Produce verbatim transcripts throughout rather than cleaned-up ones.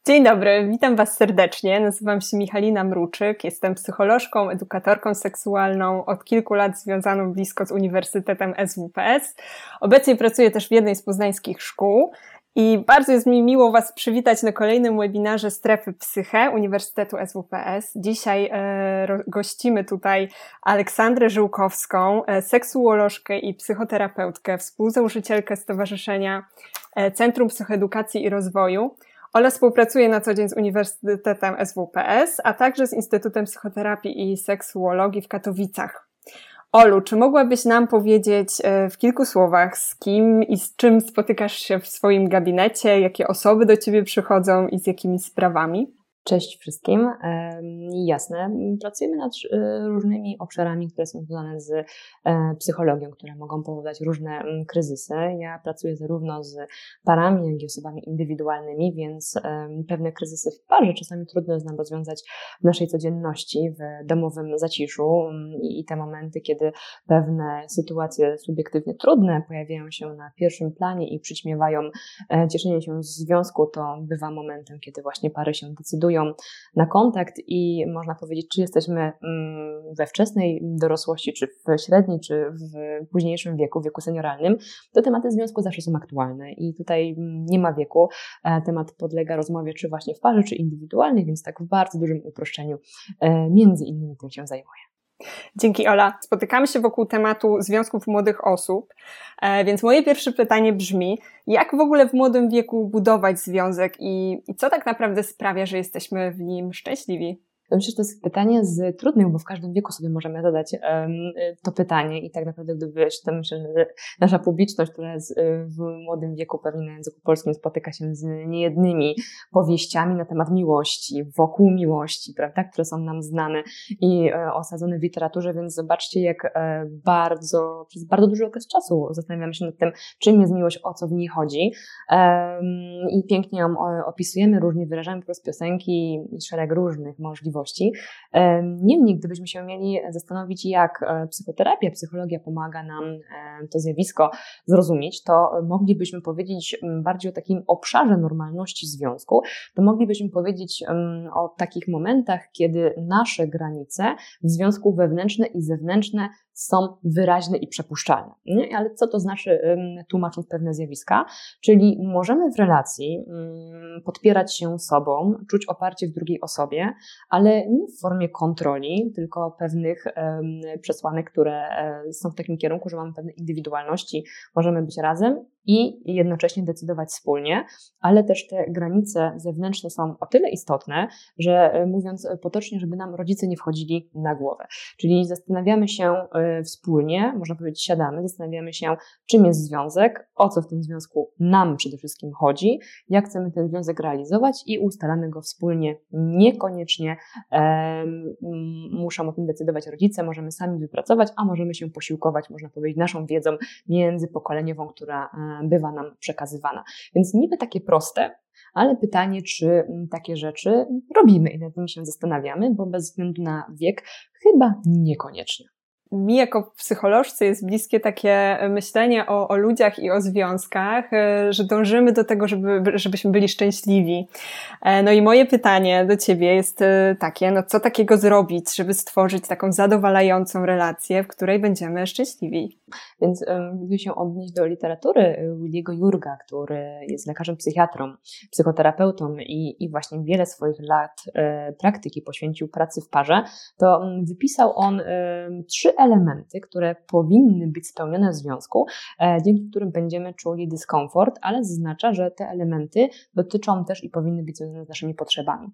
Dzień dobry, witam Was serdecznie. Nazywam się Michalina Mruczyk, jestem psycholożką, edukatorką seksualną, od kilku lat związaną blisko z Uniwersytetem S W P S. Obecnie pracuję też w jednej z poznańskich szkół i bardzo jest mi miło Was przywitać na kolejnym webinarze Strefy Psyche Uniwersytetu S W P S. Dzisiaj e, gościmy tutaj Aleksandrę Żyłkowską, e, seksuolożkę i psychoterapeutkę, współzałożycielkę Stowarzyszenia e, Centrum Psychoedukacji i Rozwoju. Ola współpracuje na co dzień z Uniwersytetem S W P S, a także z Instytutem Psychoterapii i Seksuologii w Katowicach. Olu, czy mogłabyś nam powiedzieć w kilku słowach, z kim i z czym spotykasz się w swoim gabinecie, jakie osoby do Ciebie przychodzą i z jakimi sprawami? Cześć wszystkim. Jasne, pracujemy nad różnymi obszarami, które są związane z psychologią, które mogą powodować różne kryzysy. Ja pracuję zarówno z parami, jak i osobami indywidualnymi, więc pewne kryzysy w parze czasami trudno jest nam rozwiązać w naszej codzienności, w domowym zaciszu i te momenty, kiedy pewne sytuacje subiektywnie trudne pojawiają się na pierwszym planie i przyćmiewają cieszenie się z związku, to bywa momentem, kiedy właśnie pary się decydują na kontakt i można powiedzieć, czy jesteśmy we wczesnej dorosłości, czy w średniej, czy w późniejszym wieku, wieku senioralnym, to tematy związku zawsze są aktualne i tutaj nie ma wieku. Temat podlega rozmowie, czy właśnie w parze, czy indywidualnej, więc tak w bardzo dużym uproszczeniu między innymi tym się zajmuję. Dzięki, Ola. Spotykamy się wokół tematu związków młodych osób, więc moje pierwsze pytanie brzmi, jak w ogóle w młodym wieku budować związek i, i co tak naprawdę sprawia, że jesteśmy w nim szczęśliwi? Myślę, że to jest pytanie z trudnych, bo w każdym wieku sobie możemy zadać um, to pytanie i tak naprawdę gdyby to myślę, że nasza publiczność, która jest w młodym wieku pewnie na języku polskim spotyka się z niejednymi powieściami na temat miłości, wokół miłości, prawda, które są nam znane i e, osadzone w literaturze, więc zobaczcie, jak e, bardzo, przez bardzo duży okres czasu zastanawiamy się nad tym, czym jest miłość, o co w niej chodzi e, i pięknie ją opisujemy, różnie wyrażamy poprzez piosenki i szereg różnych możliwości. Niemniej, gdybyśmy się mieli zastanowić, jak psychoterapia, psychologia pomaga nam to zjawisko zrozumieć, to moglibyśmy powiedzieć bardziej o takim obszarze normalności związku, to moglibyśmy powiedzieć o takich momentach, kiedy nasze granice w związku wewnętrzne i zewnętrzne są wyraźne i przepuszczalne. Nie? Ale co to znaczy, tłumacząc pewne zjawiska? Czyli możemy w relacji podpierać się sobą, czuć oparcie w drugiej osobie, ale nie w formie kontroli, tylko pewnych przesłanek, które są w takim kierunku, że mamy pewne indywidualności, możemy być razem i jednocześnie decydować wspólnie, ale też te granice zewnętrzne są o tyle istotne, że mówiąc potocznie, żeby nam rodzice nie wchodzili na głowę. Czyli zastanawiamy się wspólnie, można powiedzieć siadamy, zastanawiamy się, czym jest związek, o co w tym związku nam przede wszystkim chodzi, jak chcemy ten związek realizować i ustalamy go wspólnie. Niekoniecznie um, muszą o tym decydować rodzice, możemy sami wypracować, a możemy się posiłkować, można powiedzieć, naszą wiedzą międzypokoleniową, która bywa nam przekazywana. Więc niby takie proste, ale pytanie, czy takie rzeczy robimy i nad nimi się zastanawiamy, bo bez względu na wiek chyba niekoniecznie. Mi jako psycholożce jest bliskie takie myślenie o, o ludziach i o związkach, że dążymy do tego, żeby, żebyśmy byli szczęśliwi. No i moje pytanie do Ciebie jest takie, no co takiego zrobić, żeby stworzyć taką zadowalającą relację, w której będziemy szczęśliwi? Więc gdyby się odnieść do literatury Williego Jurga, który jest lekarzem psychiatrą, psychoterapeutą i, i właśnie wiele swoich lat e, praktyki poświęcił pracy w parze, to wypisał on e, trzy elementy, które powinny być spełnione w związku, e, dzięki którym będziemy czuli dyskomfort, ale zaznacza, że te elementy dotyczą też i powinny być związane z naszymi potrzebami.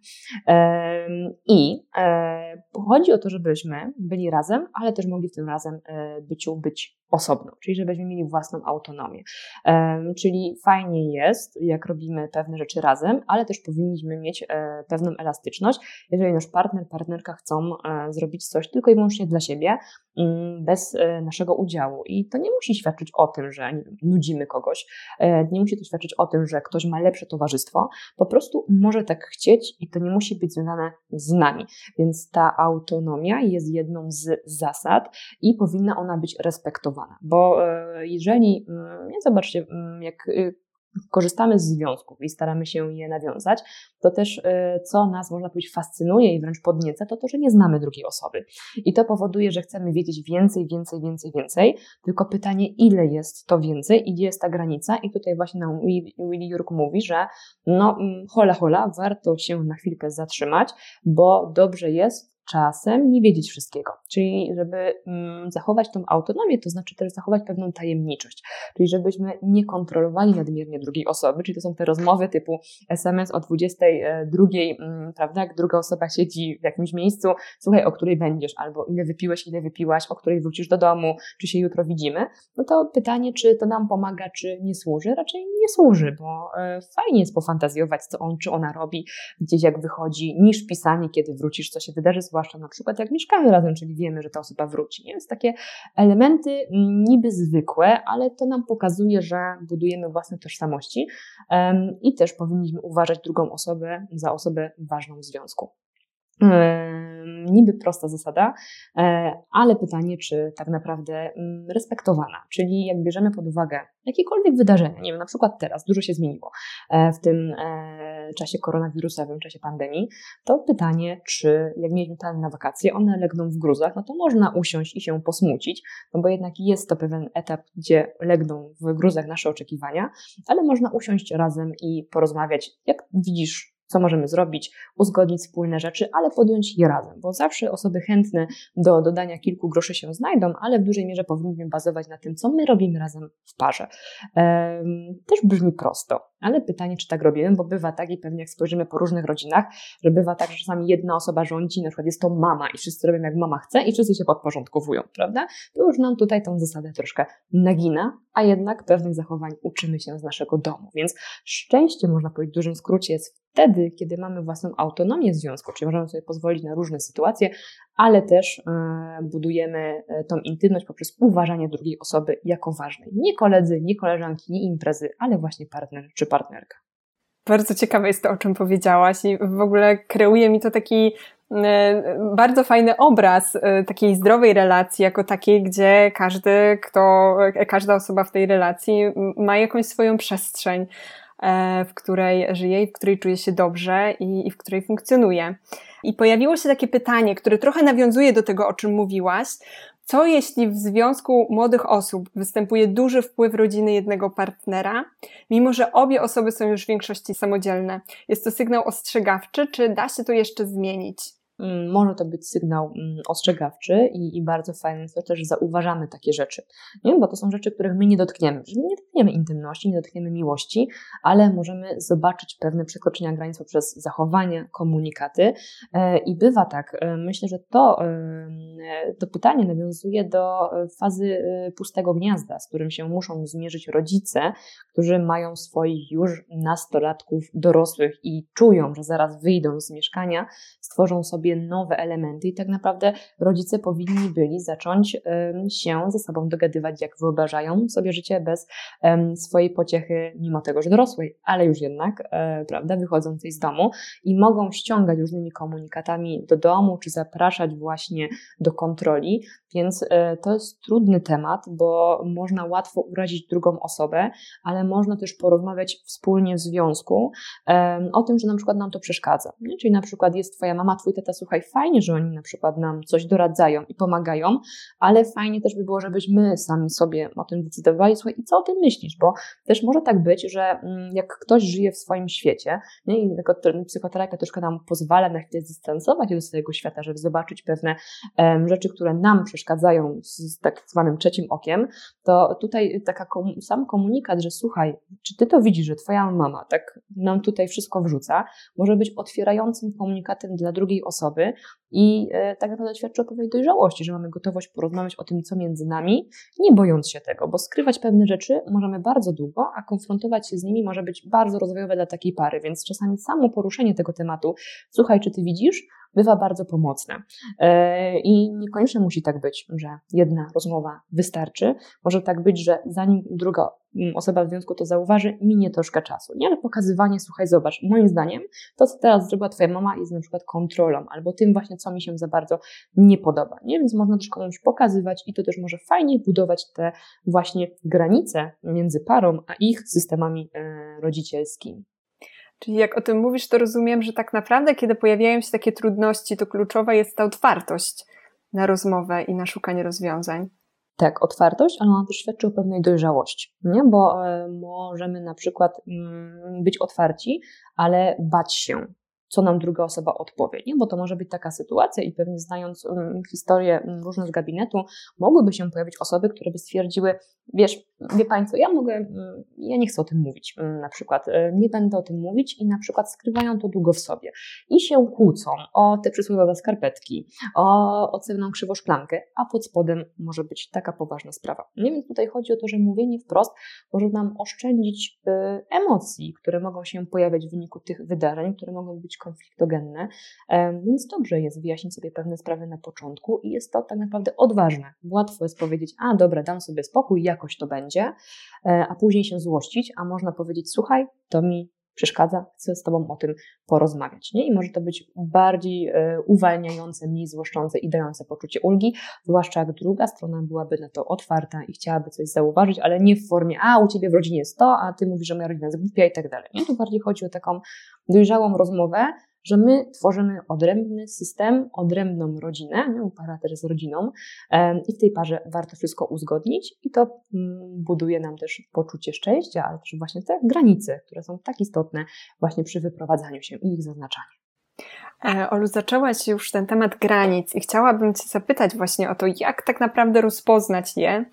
E, I e, chodzi o to, żebyśmy byli razem, ale też mogli w tym razem e, byciu być osobno, czyli żebyśmy mieli własną autonomię. Um, czyli fajnie jest, jak robimy pewne rzeczy razem, ale też powinniśmy mieć e, pewną elastyczność, jeżeli nasz partner, partnerka chcą e, zrobić coś tylko i wyłącznie dla siebie, m, bez e, naszego udziału. I to nie musi świadczyć o tym, że nie wiem, nudzimy kogoś, e, nie musi to świadczyć o tym, że ktoś ma lepsze towarzystwo, po prostu może tak chcieć i to nie musi być związane z nami. Więc ta autonomia jest jedną z zasad i powinna ona być respektowana. Bo jeżeli, nie zobaczcie, jak korzystamy z związków i staramy się je nawiązać, to też co nas, można powiedzieć, fascynuje i wręcz podnieca, to to, że nie znamy drugiej osoby. I to powoduje, że chcemy wiedzieć więcej, więcej, więcej, więcej, tylko pytanie, ile jest to więcej i gdzie jest ta granica. I tutaj właśnie nam Willi Jurk mówi, że no hola, hola, warto się na chwilkę zatrzymać, bo dobrze jest czasem nie wiedzieć wszystkiego, czyli żeby mm, zachować tą autonomię, to znaczy też zachować pewną tajemniczość, czyli żebyśmy nie kontrolowali nadmiernie drugiej osoby, czyli to są te rozmowy typu es em es o dwudziestej drugiej, mm, prawda, jak druga osoba siedzi w jakimś miejscu, słuchaj, o której będziesz, albo ile wypiłeś, ile wypiłaś, o której wrócisz do domu, czy się jutro widzimy, no to pytanie, czy to nam pomaga, czy nie służy, raczej nie służy, bo e, fajnie jest pofantazjować, co on czy ona robi, gdzieś jak wychodzi, niż pisanie, kiedy wrócisz, co się wydarzy, zwłaszcza na przykład jak mieszkamy razem, czyli wiemy, że ta osoba wróci. Nie? Więc takie elementy niby zwykłe, ale to nam pokazuje, że budujemy własne tożsamości um, i też powinniśmy uważać drugą osobę za osobę ważną w związku. Um, niby prosta zasada, um, ale pytanie, czy tak naprawdę um, respektowana, czyli jak bierzemy pod uwagę jakiekolwiek wydarzenia, nie wiem, na przykład teraz dużo się zmieniło w tym czasie koronawirusowym, w czasie pandemii, to pytanie, czy jak mieliśmy plany na wakacje, one legną w gruzach, no to można usiąść i się posmucić, no bo jednak jest to pewien etap, gdzie legną w gruzach nasze oczekiwania, ale można usiąść razem i porozmawiać, jak widzisz, co możemy zrobić, uzgodnić wspólne rzeczy, ale podjąć je razem, bo zawsze osoby chętne do dodania kilku groszy się znajdą, ale w dużej mierze powinniśmy bazować na tym, co my robimy razem w parze. Ehm, też brzmi prosto, ale pytanie, czy tak robimy, bo bywa tak i pewnie jak spojrzymy po różnych rodzinach, że bywa tak, że czasami jedna osoba rządzi, na przykład jest to mama i wszyscy robią jak mama chce i wszyscy się podporządkowują, prawda? To już nam tutaj tą zasadę troszkę nagina, a jednak pewnych zachowań uczymy się z naszego domu, więc szczęście, można powiedzieć w dużym skrócie, jest wtedy, kiedy mamy własną autonomię w związku, czyli możemy sobie pozwolić na różne sytuacje, ale też e, budujemy tą intymność poprzez uważanie drugiej osoby jako ważnej. Nie koledzy, nie koleżanki, nie imprezy, ale właśnie partner czy partnerka. Bardzo ciekawe jest to, o czym powiedziałaś i w ogóle kreuje mi to taki bardzo fajny obraz takiej zdrowej relacji jako takiej, gdzie każdy, kto, każda osoba w tej relacji ma jakąś swoją przestrzeń, w której żyje i w której czuje się dobrze i, i w której funkcjonuje. I pojawiło się takie pytanie, które trochę nawiązuje do tego, o czym mówiłaś. Co jeśli w związku młodych osób występuje duży wpływ rodziny jednego partnera, mimo że obie osoby są już w większości samodzielne? Jest to sygnał ostrzegawczy, czy da się to jeszcze zmienić? Może to być sygnał ostrzegawczy i, i bardzo fajne jest to też, że zauważamy takie rzeczy, nie? Bo to są rzeczy, których my nie dotkniemy. Że nie dotkniemy intymności, nie dotkniemy miłości, ale możemy zobaczyć pewne przekroczenia granic poprzez zachowania, komunikaty i bywa tak. Myślę, że to, to pytanie nawiązuje do fazy pustego gniazda, z którym się muszą zmierzyć rodzice, którzy mają swoich już nastolatków dorosłych i czują, że zaraz wyjdą z mieszkania, stworzą sobie nowe elementy i tak naprawdę rodzice powinni byli zacząć um, się ze sobą dogadywać, jak wyobrażają sobie życie bez um, swojej pociechy, mimo tego, że dorosłej, ale już jednak, e, prawda, wychodzącej z domu i mogą ściągać różnymi komunikatami do domu, czy zapraszać właśnie do kontroli, więc e, to jest trudny temat, bo można łatwo urazić drugą osobę, ale można też porozmawiać wspólnie w związku e, o tym, że na przykład nam to przeszkadza, nie? Czyli na przykład jest twoja mama, twój tata, słuchaj, fajnie, że oni na przykład nam coś doradzają i pomagają, ale fajnie też by było, żebyśmy sami sobie o tym decydowali, słuchaj, i co o tym myślisz, bo też może tak być, że jak ktoś żyje w swoim świecie, nie? I tylko psychoterapia troszkę nam pozwala na chwilę zdystansować się do swojego świata, żeby zobaczyć pewne um, rzeczy, które nam przeszkadzają z, z tak zwanym trzecim okiem, to tutaj taka kom, sam komunikat, że słuchaj, czy ty to widzisz, że twoja mama tak nam tutaj wszystko wrzuca, może być otwierającym komunikatem dla drugiej osoby i e, tak naprawdę świadczy o pewnej dojrzałości, że mamy gotowość porozmawiać o tym, co między nami, nie bojąc się tego, bo skrywać pewne rzeczy możemy bardzo długo, a konfrontować się z nimi może być bardzo rozwojowe dla takiej pary, więc czasami samo poruszenie tego tematu, słuchaj, czy ty widzisz, bywa bardzo pomocne. I niekoniecznie musi tak być, że jedna rozmowa wystarczy. Może tak być, że zanim druga osoba w związku to zauważy, minie troszkę czasu. Nie? Ale pokazywanie, słuchaj, zobacz, moim zdaniem to, co teraz zrobiła twoja mama, jest na przykład kontrolą, albo tym właśnie, co mi się za bardzo nie podoba. Nie? Więc można też komuś pokazywać i to też może fajnie budować te właśnie granice między parą a ich systemami rodzicielskimi. Czyli jak o tym mówisz, to rozumiem, że tak naprawdę, kiedy pojawiają się takie trudności, to kluczowa jest ta otwartość na rozmowę i na szukanie rozwiązań. Tak, otwartość, ale ona też świadczy o pewnej dojrzałości, nie? Bo y, możemy na przykład y, być otwarci, ale bać się, co nam druga osoba odpowie, nie? Bo to może być taka sytuacja i pewnie znając um, historię um, różne z gabinetu, mogłyby się pojawić osoby, które by stwierdziły, wiesz, wie Państwo, ja mogę, um, ja nie chcę o tym mówić, um, na przykład um, nie będę o tym mówić i na przykład skrywają to długo w sobie i się kłócą o te przysłowiowe skarpetki, o ocenną krzywoszklankę, a pod spodem może być taka poważna sprawa. Nie wiem, tutaj chodzi o to, że mówienie wprost może nam oszczędzić y, emocji, które mogą się pojawiać w wyniku tych wydarzeń, które mogą być konfliktogenne, więc dobrze jest wyjaśnić sobie pewne sprawy na początku i jest to tak naprawdę odważne. Łatwo jest powiedzieć, a dobra, dam sobie spokój, jakoś to będzie, a później się złościć, a można powiedzieć, słuchaj, to mi przeszkadza, chcę z Tobą o tym porozmawiać. Nie? I może to być bardziej e, uwalniające, mniej złoszczące i dające poczucie ulgi, zwłaszcza jak druga strona byłaby na to otwarta i chciałaby coś zauważyć, ale nie w formie, a u Ciebie w rodzinie jest to, a Ty mówisz, że moja rodzina jest głupia i tak dalej. Nie? Tu bardziej chodzi o taką dojrzałą rozmowę, że my tworzymy odrębny system, odrębną rodzinę, nie? Para też z rodziną i w tej parze warto wszystko uzgodnić i to buduje nam też poczucie szczęścia, ale też właśnie te granice, które są tak istotne właśnie przy wyprowadzaniu się i ich zaznaczaniu. Olu, zaczęłaś już ten temat granic i chciałabym Cię zapytać właśnie o to, jak tak naprawdę rozpoznać je,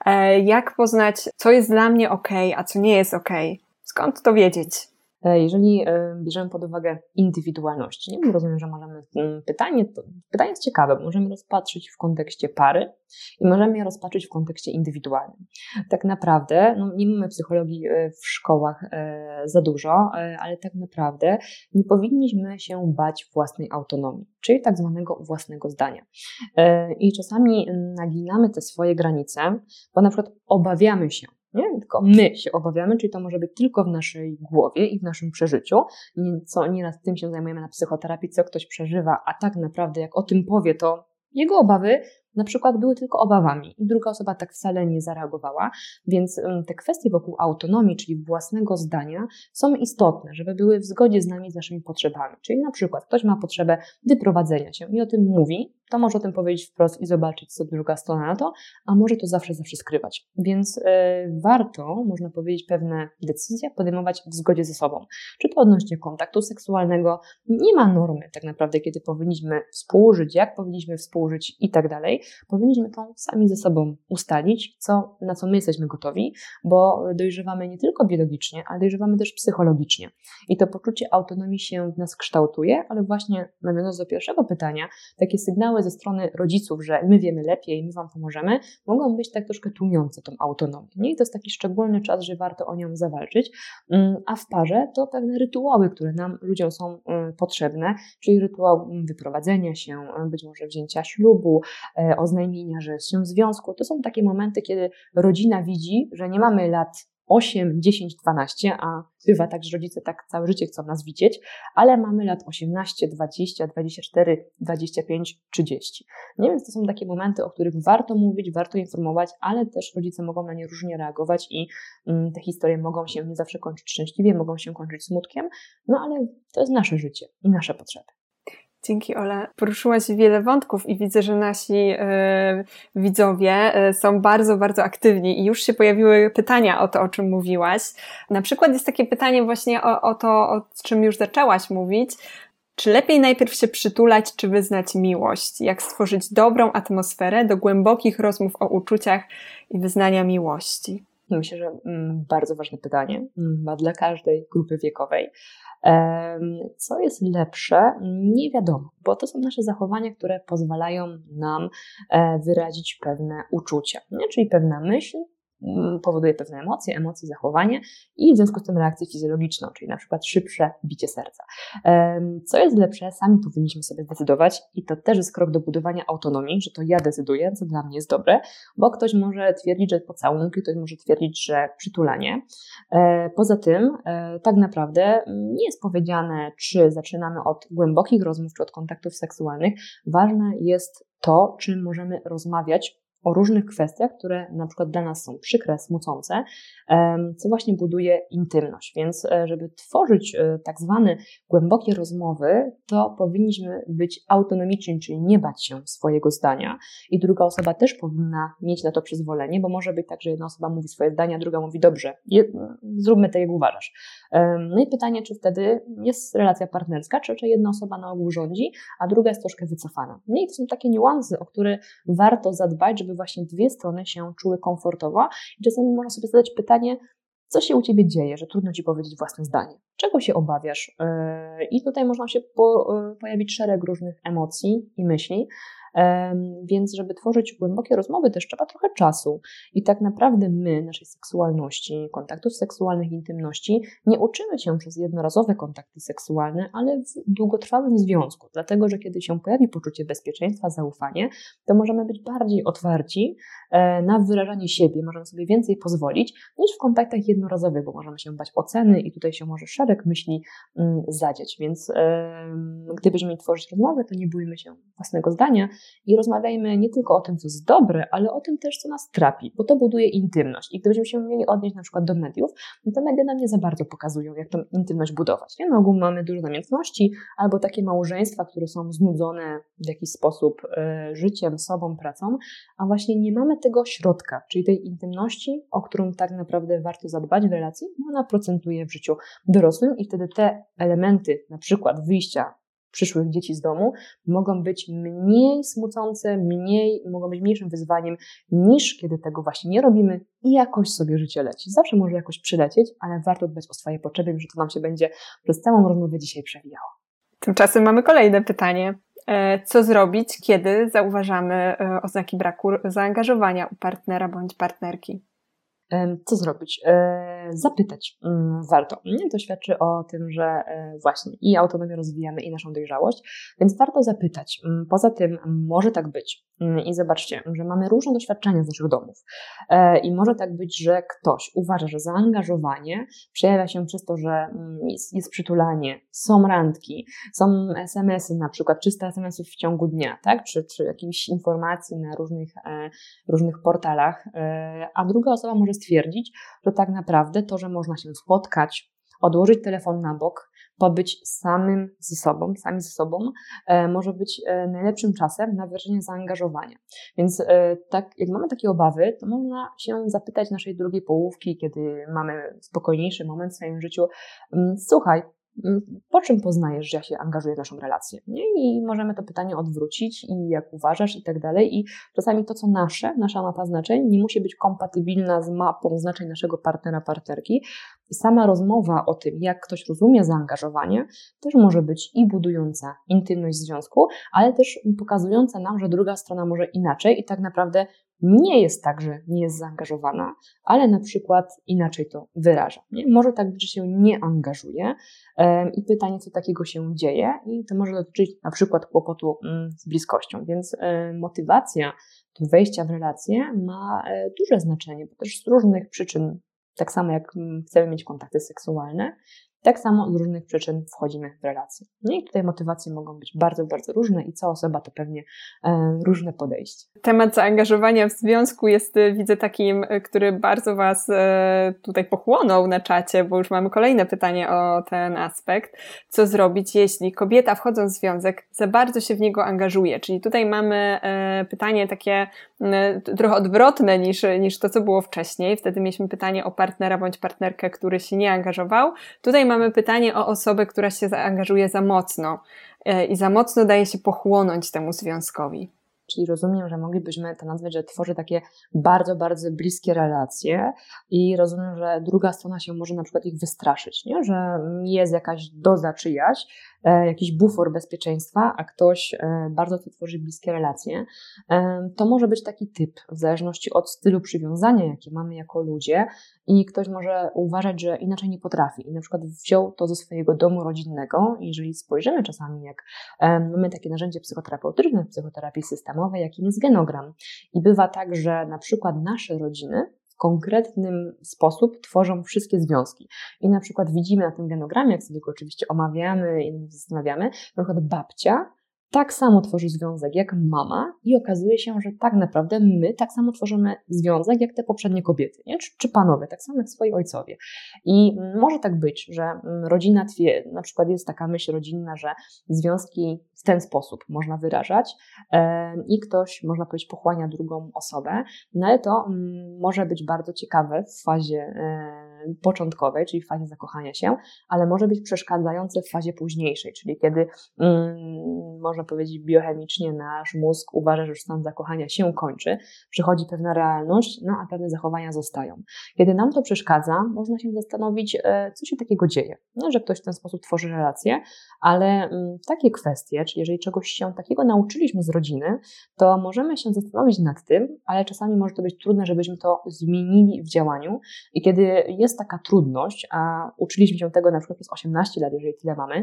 jak poznać, co jest dla mnie okej, a co nie jest okej. Skąd to wiedzieć? Jeżeli bierzemy pod uwagę indywidualności, nie wiem, rozumiem, że możemy pytanie, to pytanie jest ciekawe, możemy rozpatrzyć w kontekście pary i możemy je rozpatrzyć w kontekście indywidualnym. Tak naprawdę, no nie mamy psychologii w szkołach za dużo, ale tak naprawdę nie powinniśmy się bać własnej autonomii, czyli tak zwanego własnego zdania. I czasami naginamy te swoje granice, bo na przykład obawiamy się, nie? Tylko my się obawiamy, czyli to może być tylko w naszej głowie i w naszym przeżyciu, co nieraz tym się zajmujemy na psychoterapii, co ktoś przeżywa, a tak naprawdę jak o tym powie, to jego obawy na przykład były tylko obawami i druga osoba tak wcale nie zareagowała, więc te kwestie wokół autonomii, czyli własnego zdania są istotne, żeby były w zgodzie z nami, z naszymi potrzebami. Czyli na przykład ktoś ma potrzebę wyprowadzenia się i o tym mówi, to może o tym powiedzieć wprost i zobaczyć, co druga strona na to, a może to zawsze, zawsze skrywać. Więc yy, warto, można powiedzieć, pewne decyzje podejmować w zgodzie ze sobą. Czy to odnośnie kontaktu seksualnego, nie ma normy tak naprawdę, kiedy powinniśmy współżyć, jak powinniśmy współżyć i tak dalej. Powinniśmy to sami ze sobą ustalić, co, na co my jesteśmy gotowi, bo dojrzewamy nie tylko biologicznie, ale dojrzewamy też psychologicznie. I to poczucie autonomii się w nas kształtuje, ale właśnie nawiązując do pierwszego pytania, takie sygnały ze strony rodziców, że my wiemy lepiej, my Wam pomożemy, mogą być tak troszkę tłumiące tą autonomię. Nie? I to jest taki szczególny czas, że warto o nią zawalczyć, a w parze to pewne rytuały, które nam, ludziom są potrzebne, czyli rytuał wyprowadzenia się, być może wzięcia ślubu, oznajmienia, że się w związku. To są takie momenty, kiedy rodzina widzi, że nie mamy lat osiem, dziesięć, dwanaście, a bywa tak, że rodzice tak całe życie chcą nas widzieć, ale mamy lat osiemnaście, dwadzieścia, dwadzieścia cztery, dwadzieścia pięć, trzydzieści. Nie, więc to są takie momenty, o których warto mówić, warto informować, ale też rodzice mogą na nie różnie reagować i mm, te historie mogą się nie zawsze kończyć szczęśliwie, mogą się kończyć smutkiem, no ale to jest nasze życie i nasze potrzeby. Dzięki, Ola. Poruszyłaś wiele wątków i widzę, że nasi y, widzowie y, są bardzo, bardzo aktywni i już się pojawiły pytania o to, o czym mówiłaś. Na przykład jest takie pytanie właśnie o, o to, o czym już zaczęłaś mówić. Czy lepiej najpierw się przytulać, czy wyznać miłość? Jak stworzyć dobrą atmosferę do głębokich rozmów o uczuciach i wyznania miłości? Myślę, że mm, bardzo ważne pytanie, mm, dla każdej grupy wiekowej. Co jest lepsze? Nie wiadomo, bo to są nasze zachowania, które pozwalają nam wyrazić pewne uczucia, nie? Czyli pewna myśl powoduje pewne emocje, emocje, zachowanie i w związku z tym reakcję fizjologiczną, czyli na przykład szybsze bicie serca. Co jest lepsze, sami powinniśmy sobie zdecydować i to też jest krok do budowania autonomii, że to ja decyduję, co dla mnie jest dobre, bo ktoś może twierdzić, że pocałunki, ktoś może twierdzić, że przytulanie. Poza tym tak naprawdę nie jest powiedziane, czy zaczynamy od głębokich rozmów, czy od kontaktów seksualnych. Ważne jest to, czym możemy rozmawiać o różnych kwestiach, które na przykład dla nas są przykre, smucące, co właśnie buduje intymność. Więc żeby tworzyć tak zwane głębokie rozmowy, to powinniśmy być autonomiczni, czyli nie bać się swojego zdania i druga osoba też powinna mieć na to przyzwolenie, bo może być tak, że jedna osoba mówi swoje zdanie, a druga mówi dobrze, je, zróbmy tak jak uważasz. No i pytanie, czy wtedy jest relacja partnerska, czy, czy jedna osoba na ogół rządzi, a druga jest troszkę wycofana. No i to są takie niuanse, o które warto zadbać, żeby właśnie dwie strony się czuły komfortowo i czasami można sobie zadać pytanie, co się u Ciebie dzieje, że trudno Ci powiedzieć własne zdanie, czego się obawiasz i tutaj można się po, pojawić szereg różnych emocji i myśli, więc żeby tworzyć głębokie rozmowy też trzeba trochę czasu i tak naprawdę my, naszej seksualności, kontaktów seksualnych, intymności nie uczymy się przez jednorazowe kontakty seksualne, ale w długotrwałym związku, dlatego, że kiedy się pojawi poczucie bezpieczeństwa, zaufanie, to możemy być bardziej otwarci na wyrażanie siebie, możemy sobie więcej pozwolić niż w kontaktach jednorazowych, bo możemy się bać oceny i tutaj się może szereg myśli zadzieć, więc gdybyśmy mieli tworzyć rozmowę, to nie bójmy się własnego zdania i rozmawiajmy nie tylko o tym, co jest dobre, ale o tym też, co nas trapi, bo to buduje intymność. I gdybyśmy się mieli odnieść na przykład do mediów, no to media nam nie za bardzo pokazują, jak tą intymność budować. Nie? Na ogół mamy dużo namiętności albo takie małżeństwa, które są znudzone w jakiś sposób e, życiem, sobą, pracą, a właśnie nie mamy tego środka, czyli tej intymności, o którą tak naprawdę warto zadbać w relacji, bo ona procentuje w życiu dorosłym i wtedy te elementy, na przykład wyjścia przyszłych dzieci z domu, mogą być mniej smucące, mniej, mogą być mniejszym wyzwaniem niż kiedy tego właśnie nie robimy i jakoś sobie życie leci. Zawsze może jakoś przylecieć, ale warto dbać o swoje potrzeby, że to nam się będzie przez całą rozmowę dzisiaj przewijało. Tymczasem mamy kolejne pytanie. Co zrobić, kiedy zauważamy oznaki braku zaangażowania u partnera bądź partnerki? Co zrobić? Zapytać warto. To świadczy o tym, że właśnie i autonomię rozwijamy, i naszą dojrzałość, więc warto zapytać. Poza tym może tak być. I zobaczcie, że mamy różne doświadczenia z naszych domów. I może tak być, że ktoś uważa, że zaangażowanie przejawia się przez to, że jest, jest przytulanie, są randki, są es em esy na przykład, trzysta es em esów w ciągu dnia, tak? Czy, czy jakieś informacji na różnych, różnych portalach, a druga osoba może stwierdzić, że tak naprawdę to, że można się spotkać, odłożyć telefon na bok, pobyć samym ze sobą, sami ze sobą, e, może być e, najlepszym czasem na wyrażenie zaangażowania. Więc e, tak, jak mamy takie obawy, to można się zapytać naszej drugiej połówki, kiedy mamy spokojniejszy moment w swoim życiu, słuchaj, po czym poznajesz, że ja się angażuję w naszą relację? Nie? I możemy to pytanie odwrócić i jak uważasz i tak dalej. I czasami to, co nasze, nasza mapa znaczeń nie musi być kompatybilna z mapą znaczeń naszego partnera, partnerki. I sama rozmowa o tym, jak ktoś rozumie zaangażowanie, też może być i budująca intymność związku, ale też pokazująca nam, że druga strona może inaczej i tak naprawdę nie jest tak, że nie jest zaangażowana, ale na przykład inaczej to wyraża. Nie? Może tak być, że się nie angażuje i pytanie, co takiego się dzieje i to może dotyczyć na przykład kłopotu z bliskością, więc motywacja do wejścia w relację ma duże znaczenie, bo też z różnych przyczyn, tak samo jak chcemy mieć kontakty seksualne, tak samo z różnych przyczyn wchodzimy w relacje. No i tutaj motywacje mogą być bardzo, bardzo różne i co osoba to pewnie e, różne podejście. Temat zaangażowania w związku jest, widzę, takim, który bardzo Was e, tutaj pochłonął na czacie, bo już mamy kolejne pytanie o ten aspekt. Co zrobić, jeśli kobieta wchodząc w związek za bardzo się w niego angażuje? Czyli tutaj mamy e, pytanie takie e, trochę odwrotne niż, niż to, co było wcześniej. Wtedy mieliśmy pytanie o partnera bądź partnerkę, który się nie angażował. Tutaj mamy pytanie o osobę, która się zaangażuje za mocno e, i za mocno daje się pochłonąć temu związkowi. Czyli rozumiem, że moglibyśmy to nazwać, że tworzy takie bardzo, bardzo bliskie relacje i rozumiem, że druga strona się może na przykład ich wystraszyć, nie? Że jest jakaś doza czyjaś jakiś bufor bezpieczeństwa, a ktoś bardzo chce tworzyć bliskie relacje, to może być taki typ, w zależności od stylu przywiązania, jakie mamy jako ludzie, i ktoś może uważać, że inaczej nie potrafi i na przykład wziął to ze swojego domu rodzinnego. Jeżeli spojrzymy czasami, jak mamy takie narzędzie psychoterapeutyczne w psychoterapii systemowej, jakim jest genogram, i bywa tak, że na przykład nasze rodziny w konkretnym sposób tworzą wszystkie związki. I na przykład widzimy na tym genogramie, jak sobie go oczywiście omawiamy i zastanawiamy, na przykład babcia tak samo tworzy związek jak mama i okazuje się, że tak naprawdę my tak samo tworzymy związek jak te poprzednie kobiety, nie? Czy, czy panowie, tak samo jak swoi ojcowie. I może tak być, że rodzina twie, na przykład jest taka myśl rodzinna, że związki w ten sposób można wyrażać e, i ktoś, można powiedzieć, pochłania drugą osobę, no ale to m, może być bardzo ciekawe w fazie e, początkowej, czyli w fazie zakochania się, ale może być przeszkadzające w fazie późniejszej, czyli kiedy mm, można powiedzieć biochemicznie nasz mózg uważa, że już stan zakochania się kończy, przychodzi pewna realność, no a pewne zachowania zostają. Kiedy nam to przeszkadza, można się zastanowić, co się takiego dzieje, no, że ktoś w ten sposób tworzy relacje, ale takie kwestie, czyli jeżeli czegoś się takiego nauczyliśmy z rodziny, to możemy się zastanowić nad tym, ale czasami może to być trudne, żebyśmy to zmienili w działaniu i kiedy jest taka trudność, a uczyliśmy się tego na przykład przez osiemnaście lat, jeżeli tyle mamy,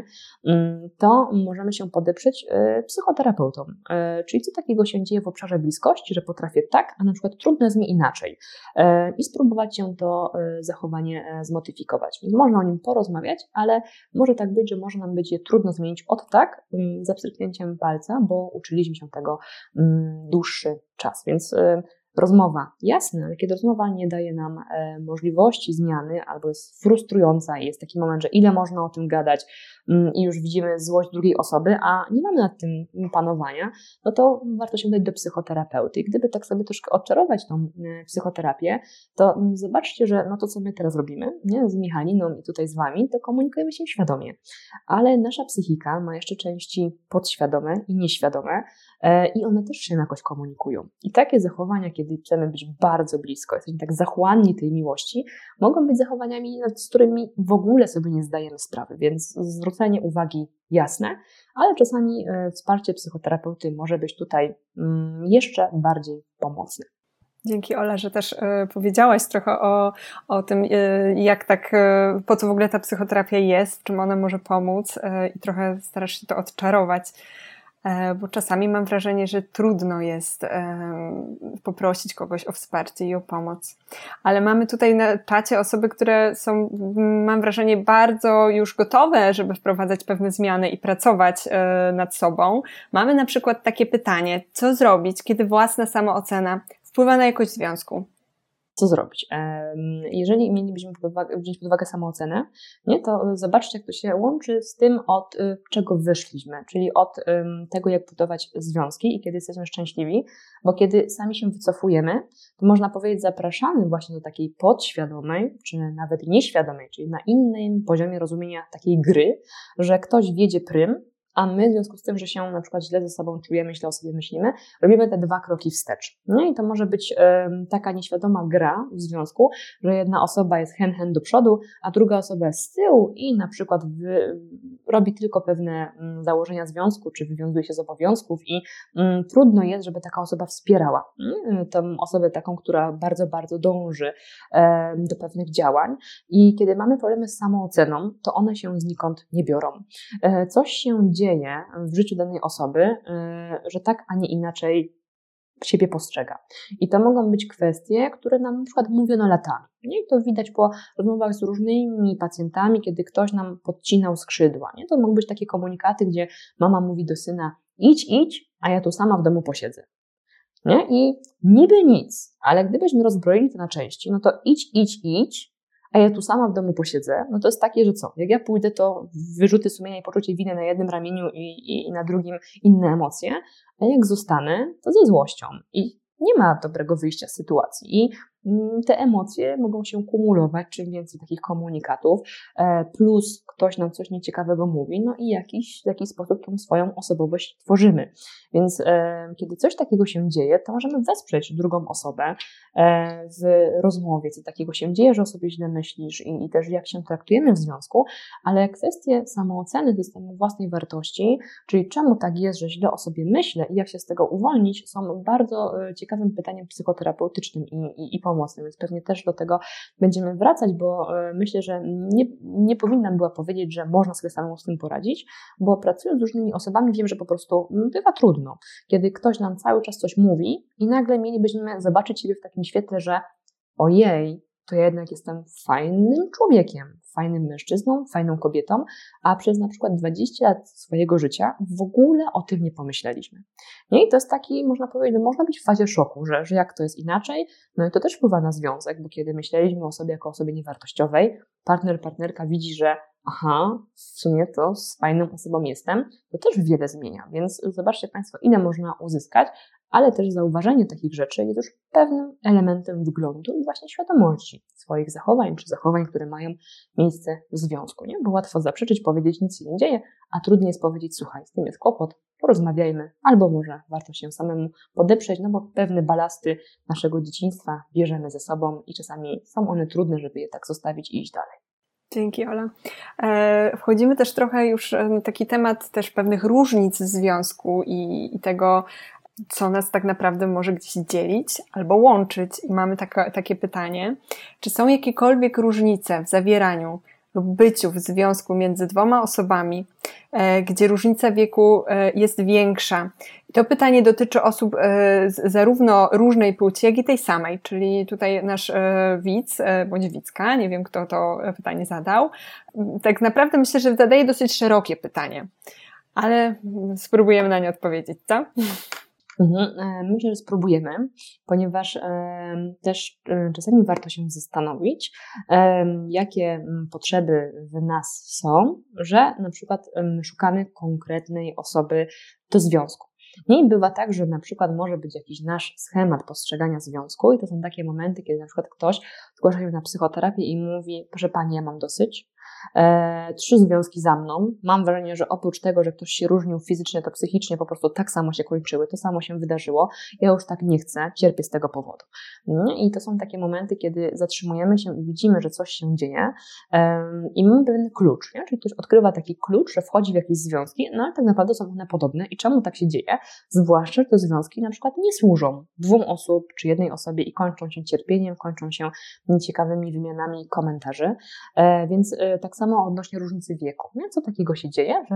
to możemy się podeprzeć psychoterapeutą. Czyli co takiego się dzieje w obszarze bliskości, że potrafię tak, a na przykład trudno jest mi inaczej. I spróbować się to zachowanie zmodyfikować. Więc można o nim porozmawiać, ale może tak być, że może nam być je trudno zmienić od tak, za pstryknięciem palca, bo uczyliśmy się tego dłuższy czas. Więc rozmowa, jasne, ale kiedy rozmowa nie daje nam e, możliwości zmiany albo jest frustrująca i jest taki moment, że ile można o tym gadać mm, i już widzimy złość drugiej osoby, a nie mamy nad tym panowania, no to warto się udać do psychoterapeuty. I gdyby tak sobie troszkę odczarować tą e, psychoterapię, to m, zobaczcie, że no to, co my teraz robimy, nie, z Michaliną i tutaj z Wami, to komunikujemy się świadomie. Ale nasza psychika ma jeszcze części podświadome i nieświadome e, i one też się jakoś komunikują. I takie zachowania, kiedy kiedy chcemy być bardzo blisko, jesteśmy tak zachłanni tej miłości, mogą być zachowaniami, z którymi w ogóle sobie nie zdajemy sprawy, więc zwrócenie uwagi jasne, ale czasami wsparcie psychoterapeuty może być tutaj jeszcze bardziej pomocne. Dzięki, Ola, że też y, powiedziałaś trochę o, o tym, y, jak tak, y, po co w ogóle ta psychoterapia jest, w czym ona może pomóc y, i trochę starasz się to odczarować. Bo czasami mam wrażenie, że trudno jest poprosić kogoś o wsparcie i o pomoc. Ale mamy tutaj na czacie osoby, które są, mam wrażenie, bardzo już gotowe, żeby wprowadzać pewne zmiany i pracować nad sobą. Mamy na przykład takie pytanie, co zrobić, kiedy własna samoocena wpływa na jakość związku? Co zrobić? Jeżeli mielibyśmy pod uwagę, wziąć pod uwagę samoocenę, nie, to zobaczcie, jak to się łączy z tym, od czego wyszliśmy, czyli od tego, jak budować związki i kiedy jesteśmy szczęśliwi, bo kiedy sami się wycofujemy, to można powiedzieć, zapraszamy właśnie do takiej podświadomej, czy nawet nieświadomej, czyli na innym poziomie rozumienia takiej gry, że ktoś wiedzie prym, a my w związku z tym, że się na przykład źle ze sobą czujemy, źle o sobie myślimy, robimy te dwa kroki wstecz. No i to może być e, taka nieświadoma gra w związku, że jedna osoba jest hen hen do przodu, a druga osoba jest z tyłu i na przykład wy, robi tylko pewne m, założenia związku, czy wywiązuje się z obowiązków i m, trudno jest, żeby taka osoba wspierała m, tą osobę taką, która bardzo, bardzo dąży e, do pewnych działań. I kiedy mamy problemy z samooceną, to one się znikąd nie biorą. E, coś się dzieje dzieje w życiu danej osoby, że tak, a nie inaczej siebie postrzega. I to mogą być kwestie, które nam na przykład mówiono latami. Nie? I to widać po rozmowach z różnymi pacjentami, kiedy ktoś nam podcinał skrzydła. Nie? To mogą być takie komunikaty, gdzie mama mówi do syna, idź, idź, a ja tu sama w domu posiedzę. Nie? I niby nic, ale gdybyśmy rozbroili to na części, no to idź, idź, idź, a ja tu sama w domu posiedzę, no to jest takie, że co? Jak ja pójdę, to wyrzuty sumienia i poczucie winy na jednym ramieniu i, i, i na drugim inne emocje, a jak zostanę, to ze złością. I nie ma dobrego wyjścia z sytuacji. I te emocje mogą się kumulować, czym więcej takich komunikatów, plus ktoś nam coś nieciekawego mówi, no i jakiś, w jakiś sposób tą swoją osobowość tworzymy. Więc e, kiedy coś takiego się dzieje, to możemy wesprzeć drugą osobę e, w rozmowie, co takiego się dzieje, że o sobie źle myślisz i, i też jak się traktujemy w związku, ale kwestie samooceny, systemu własnej wartości, czyli czemu tak jest, że źle o sobie myślę i jak się z tego uwolnić, są bardzo ciekawym pytaniem psychoterapeutycznym i, i, i pomocnym, więc pewnie też do tego będziemy wracać, bo myślę, że nie, nie powinnam była powiedzieć, że można sobie samemu z tym poradzić, bo pracując z różnymi osobami wiem, że po prostu bywa trudno, kiedy ktoś nam cały czas coś mówi i nagle mielibyśmy zobaczyć siebie w takim świetle, że ojej, to ja jednak jestem fajnym człowiekiem, fajnym mężczyzną, fajną kobietą, a przez na przykład dwadzieścia lat swojego życia w ogóle o tym nie pomyśleliśmy. Nie? I to jest taki, można powiedzieć, no można być w fazie szoku, że, że jak to jest inaczej, no i to też wpływa na związek, bo kiedy myśleliśmy o sobie jako osobie niewartościowej, partner, partnerka widzi, że aha, w sumie to z fajną osobą jestem, to też wiele zmienia, więc zobaczcie Państwo, ile można uzyskać, ale też zauważenie takich rzeczy jest już pewnym elementem wyglądu i właśnie świadomości swoich zachowań, czy zachowań, które mają miejsce w związku, nie? Bo łatwo zaprzeczyć, powiedzieć, nic się nie dzieje, a trudniej jest powiedzieć, słuchaj, z tym jest kłopot, porozmawiajmy, albo może warto się samemu podeprzeć, no bo pewne balasty naszego dzieciństwa bierzemy ze sobą i czasami są one trudne, żeby je tak zostawić i iść dalej. Dzięki, Ola. Wchodzimy też trochę już w taki temat też pewnych różnic w związku i, i tego, co nas tak naprawdę może gdzieś dzielić albo łączyć. I mamy taka, takie pytanie, czy są jakiekolwiek różnice w zawieraniu lub byciu w związku między dwoma osobami, gdzie różnica wieku jest większa? I to pytanie dotyczy osób zarówno różnej płci, jak i tej samej, czyli tutaj nasz widz, bądź widzka, nie wiem kto to pytanie zadał, tak naprawdę myślę, że zadaje dosyć szerokie pytanie, ale spróbujemy na nie odpowiedzieć, co? Myślę, że spróbujemy, ponieważ też czasami warto się zastanowić, jakie potrzeby w nas są, że na przykład szukamy konkretnej osoby do związku. I bywa tak, że na przykład może być jakiś nasz schemat postrzegania związku i to są takie momenty, kiedy na przykład ktoś zgłasza się na psychoterapię i mówi, proszę Pani, ja mam dosyć, E, trzy związki za mną. Mam wrażenie, że oprócz tego, że ktoś się różnił fizycznie, to psychicznie po prostu tak samo się kończyły, to samo się wydarzyło. Ja już tak nie chcę, cierpię z tego powodu. I to są takie momenty, kiedy zatrzymujemy się i widzimy, że coś się dzieje e, i mamy pewien klucz, nie? Czyli ktoś odkrywa taki klucz, że wchodzi w jakieś związki, no ale tak naprawdę są one podobne i czemu tak się dzieje? Zwłaszcza, że te związki na przykład nie służą dwóm osób czy jednej osobie i kończą się cierpieniem, kończą się nieciekawymi wymianami komentarzy, e, więc e, tak samo odnośnie różnicy wieku. Nie? Co takiego się dzieje, że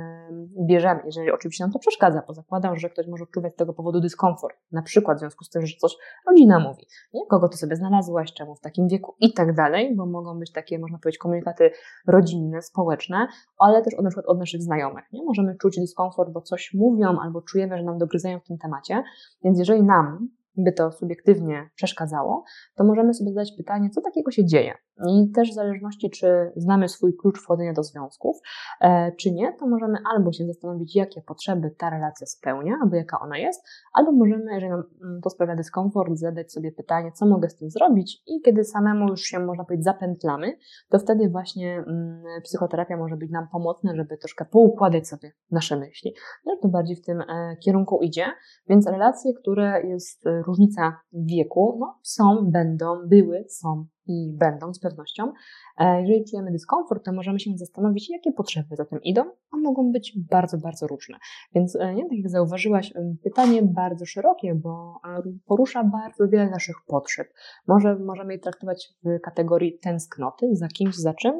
yy, bierzemy, jeżeli oczywiście nam to przeszkadza, bo zakładam, że ktoś może odczuwać z tego powodu dyskomfort, na przykład w związku z tym, że coś rodzina mówi, nie? Kogo ty sobie znalazłaś, czemu w takim wieku i tak dalej, bo mogą być takie, można powiedzieć, komunikaty rodzinne, społeczne, ale też od, na przykład od naszych znajomych. Nie? Możemy czuć dyskomfort, bo coś mówią albo czujemy, że nam dogryzają w tym temacie, więc jeżeli nam by to subiektywnie przeszkadzało, to możemy sobie zadać pytanie, co takiego się dzieje. I też w zależności, czy znamy swój klucz wchodzenia do związków, e, czy nie, to możemy albo się zastanowić, jakie potrzeby ta relacja spełnia, albo jaka ona jest, albo możemy, jeżeli nam to sprawia dyskomfort, zadać sobie pytanie, co mogę z tym zrobić i kiedy samemu już się, można powiedzieć, zapętlamy, to wtedy właśnie mm, psychoterapia może być nam pomocna, żeby troszkę poukładać sobie nasze myśli. No, to bardziej w tym e, kierunku idzie, więc relacje, które jest e, różnica wieku, no są, będą, były, są i będą z pewnością. Jeżeli czujemy dyskomfort, to możemy się zastanowić, jakie potrzeby za tym idą, a mogą być bardzo, bardzo różne. Więc nie, tak jak zauważyłaś, pytanie bardzo szerokie, bo porusza bardzo wiele naszych potrzeb. Może możemy je traktować w kategorii tęsknoty, za kimś, za czym,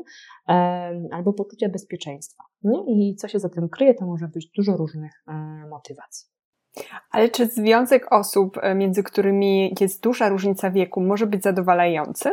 albo poczucia bezpieczeństwa. Nie? I co się za tym kryje, to może być dużo różnych motywacji. Ale czy związek osób, między którymi jest duża różnica wieku, może być zadowalający?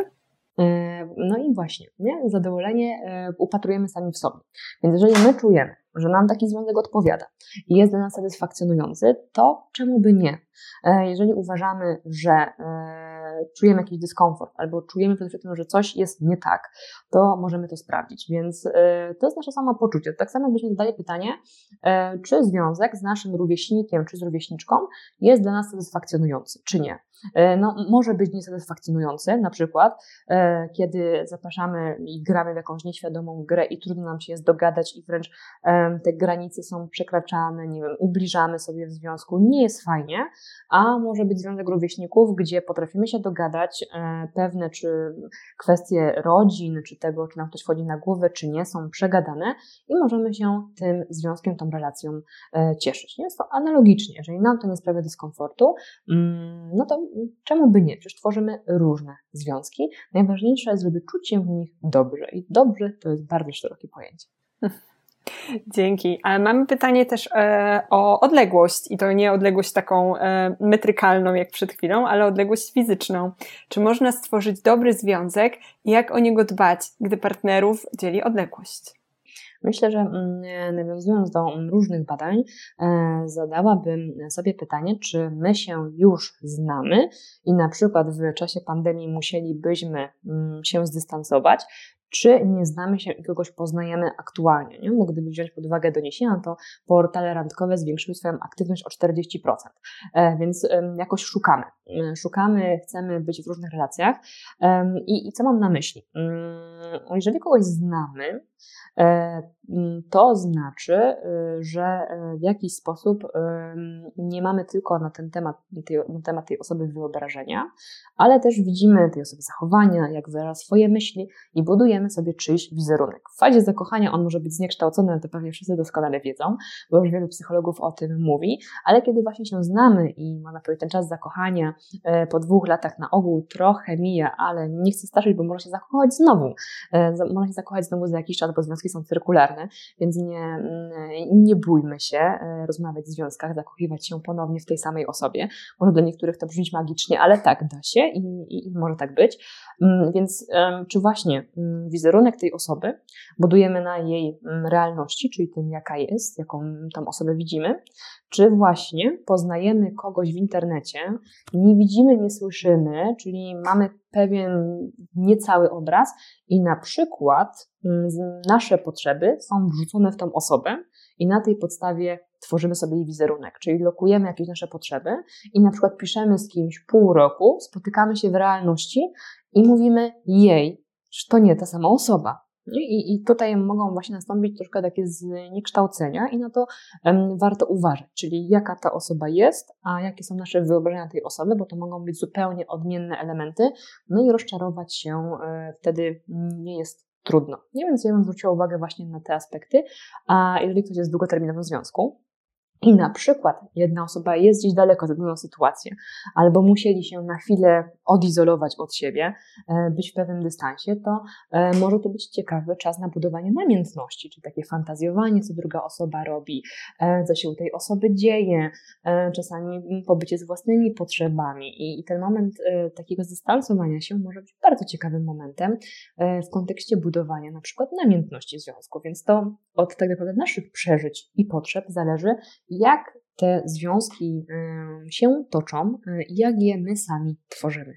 No i właśnie, nie? Zadowolenie upatrujemy sami w sobie. Więc jeżeli my czujemy, że nam taki związek odpowiada i jest dla nas satysfakcjonujący, to czemu by nie? Jeżeli uważamy, że czujemy jakiś dyskomfort albo czujemy przede wszystkim, że coś jest nie tak, to możemy to sprawdzić. Więc to jest nasze samopoczucie. Tak samo jakbyśmy zadali pytanie, czy związek z naszym rówieśnikiem czy z rówieśniczką jest dla nas satysfakcjonujący, czy nie. No, może być niesatysfakcjonujący, na przykład kiedy zapraszamy i gramy w jakąś nieświadomą grę i trudno nam się jest dogadać i wręcz te granice są przekraczane, nie wiem, ubliżamy sobie w związku, nie jest fajnie, a może być związek rówieśników, gdzie potrafimy się dogadać, pewne czy kwestie rodzin, czy tego, czy nam ktoś wchodzi na głowę, czy nie, są przegadane i możemy się tym związkiem, tą relacją cieszyć. Jest to analogicznie, jeżeli nam to nie sprawia dyskomfortu, no to czemu by nie? Przecież tworzymy różne związki. Najważniejsze jest, żeby czuć się w nich dobrze i dobrze to jest bardzo szerokie pojęcie. Dzięki. Ale mamy pytanie też e, o odległość i to nie odległość taką e, metrykalną jak przed chwilą, ale odległość fizyczną. Czy można stworzyć dobry związek i jak o niego dbać, gdy partnerów dzieli odległość? Myślę, że nawiązując do różnych badań, zadałabym sobie pytanie, czy my się już znamy i na przykład w czasie pandemii musielibyśmy się zdystansować, czy nie znamy się i kogoś poznajemy aktualnie. Nie? Bo gdyby wziąć pod uwagę doniesienia, to portale randkowe zwiększyły swoją aktywność o czterdzieści procent, więc jakoś szukamy. Szukamy, chcemy być w różnych relacjach i, i co mam na myśli? Jeżeli kogoś znamy, to znaczy, że w jakiś sposób nie mamy tylko na ten temat, na temat tej osoby wyobrażenia, ale też widzimy tej osoby zachowania, jak wyraża swoje myśli i budujemy sobie czyjś wizerunek. W fazie zakochania on może być zniekształcony, ale to pewnie wszyscy doskonale wiedzą, bo już wielu psychologów o tym mówi, ale kiedy właśnie się znamy i można powiedzieć, ten czas zakochania po dwóch latach na ogół trochę mija, ale nie chcę straszyć, bo można się zakochać znowu. Można się zakochać znowu za jakiś czas, bo związki są cyrkularne, więc nie, nie bójmy się rozmawiać w związkach, zakochiwać się ponownie w tej samej osobie. Może do niektórych to brzmieć magicznie, ale tak, da się i, i, i może tak być. Więc czy właśnie wizerunek tej osoby budujemy na jej realności, czyli tym, jaka jest, jaką tą osobę widzimy, czy właśnie poznajemy kogoś w internecie, nie widzimy, nie słyszymy, czyli mamy pewien niecały obraz i na przykład nasze potrzeby są wrzucone w tą osobę i na tej podstawie tworzymy sobie jej wizerunek, czyli lokujemy jakieś nasze potrzeby i na przykład piszemy z kimś pół roku, spotykamy się w realności i mówimy jej, że to nie ta sama osoba. I, I tutaj mogą właśnie nastąpić troszkę takie zniekształcenia i na to um, warto uważać, czyli jaka ta osoba jest, a jakie są nasze wyobrażenia tej osoby, bo to mogą być zupełnie odmienne elementy, no i rozczarować się e, wtedy nie jest trudno. Nie, więc ja bym zwróciła uwagę właśnie na te aspekty, a jeżeli ktoś jest w długoterminowym związku, i na przykład jedna osoba jest gdzieś daleko za daną sytuację, albo musieli się na chwilę odizolować od siebie, być w pewnym dystansie, to może to być ciekawy czas na budowanie namiętności, czyli takie fantazjowanie, co druga osoba robi, co się u tej osoby dzieje, czasami pobycie z własnymi potrzebami i, i ten moment takiego zdystansowania się może być bardzo ciekawym momentem w kontekście budowania na przykład namiętności w związku, więc to od tak naprawdę naszych przeżyć i potrzeb zależy, jak te związki się toczą i jak je my sami tworzymy.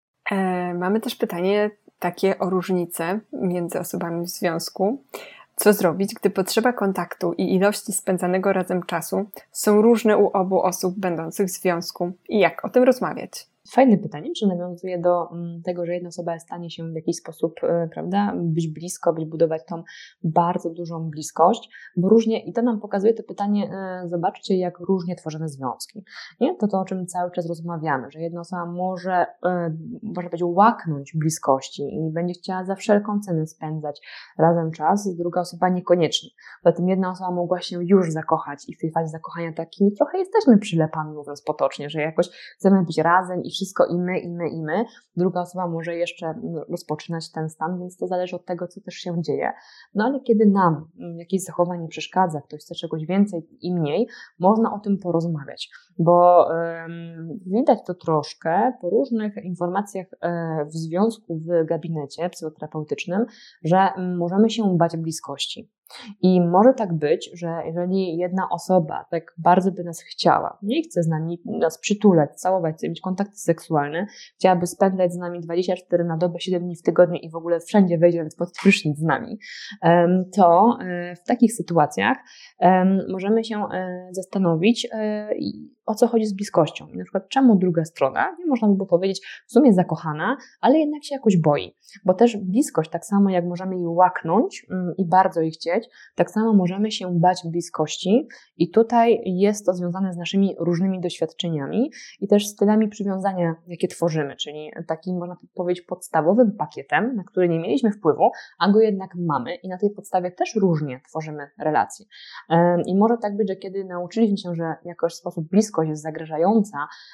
E, mamy też pytanie takie o różnice między osobami w związku. Co zrobić, gdy potrzeba kontaktu i ilości spędzanego razem czasu są różne u obu osób będących w związku i jak o tym rozmawiać? Fajne pytanie, czy nawiązuje do tego, że jedna osoba jest w stanie się w jakiś sposób, prawda, być blisko, być budować tą bardzo dużą bliskość, bo różnie, i to nam pokazuje to pytanie, zobaczcie, jak różnie tworzymy związki. Nie? To to, o czym cały czas rozmawiamy, że jedna osoba może, można powiedzieć, łaknąć bliskości i będzie chciała za wszelką cenę spędzać razem czas, druga osoba niekoniecznie. Zatem jedna osoba mogła się już zakochać i w tej fazie zakochania takimi trochę jesteśmy przylepami, mówiąc potocznie, że jakoś chcemy być razem i wszystko i my, i my, i my. Druga osoba może jeszcze rozpoczynać ten stan, więc to zależy od tego, co też się dzieje. No ale kiedy nam jakieś zachowanie przeszkadza, ktoś chce czegoś więcej i mniej, można o tym porozmawiać, bo um, widać to troszkę po różnych informacjach e, w związku w gabinecie psychoterapeutycznym, że możemy się bać bliskości. I może tak być, że jeżeli jedna osoba tak bardzo by nas chciała, nie chce z nami nas przytulać, całować, chce mieć kontakty seksualne, chciałaby spędzać z nami dwadzieścia cztery na dobę, siedem dni w tygodniu i w ogóle wszędzie wejdzie nawet pod prysznic z nami, to w takich sytuacjach możemy się zastanowić, o co chodzi z bliskością. I na przykład czemu druga strona, nie można by było powiedzieć, w sumie zakochana, ale jednak się jakoś boi. Bo też bliskość, tak samo jak możemy jej łaknąć i bardzo jej chcieć, tak samo możemy się bać bliskości i tutaj jest to związane z naszymi różnymi doświadczeniami i też stylami przywiązania, jakie tworzymy, czyli takim, można powiedzieć, podstawowym pakietem, na który nie mieliśmy wpływu, a go jednak mamy i na tej podstawie też różnie tworzymy relacje. I może tak być, że kiedy nauczyliśmy się, że jakoś w sposób bliskość jest zagrażająca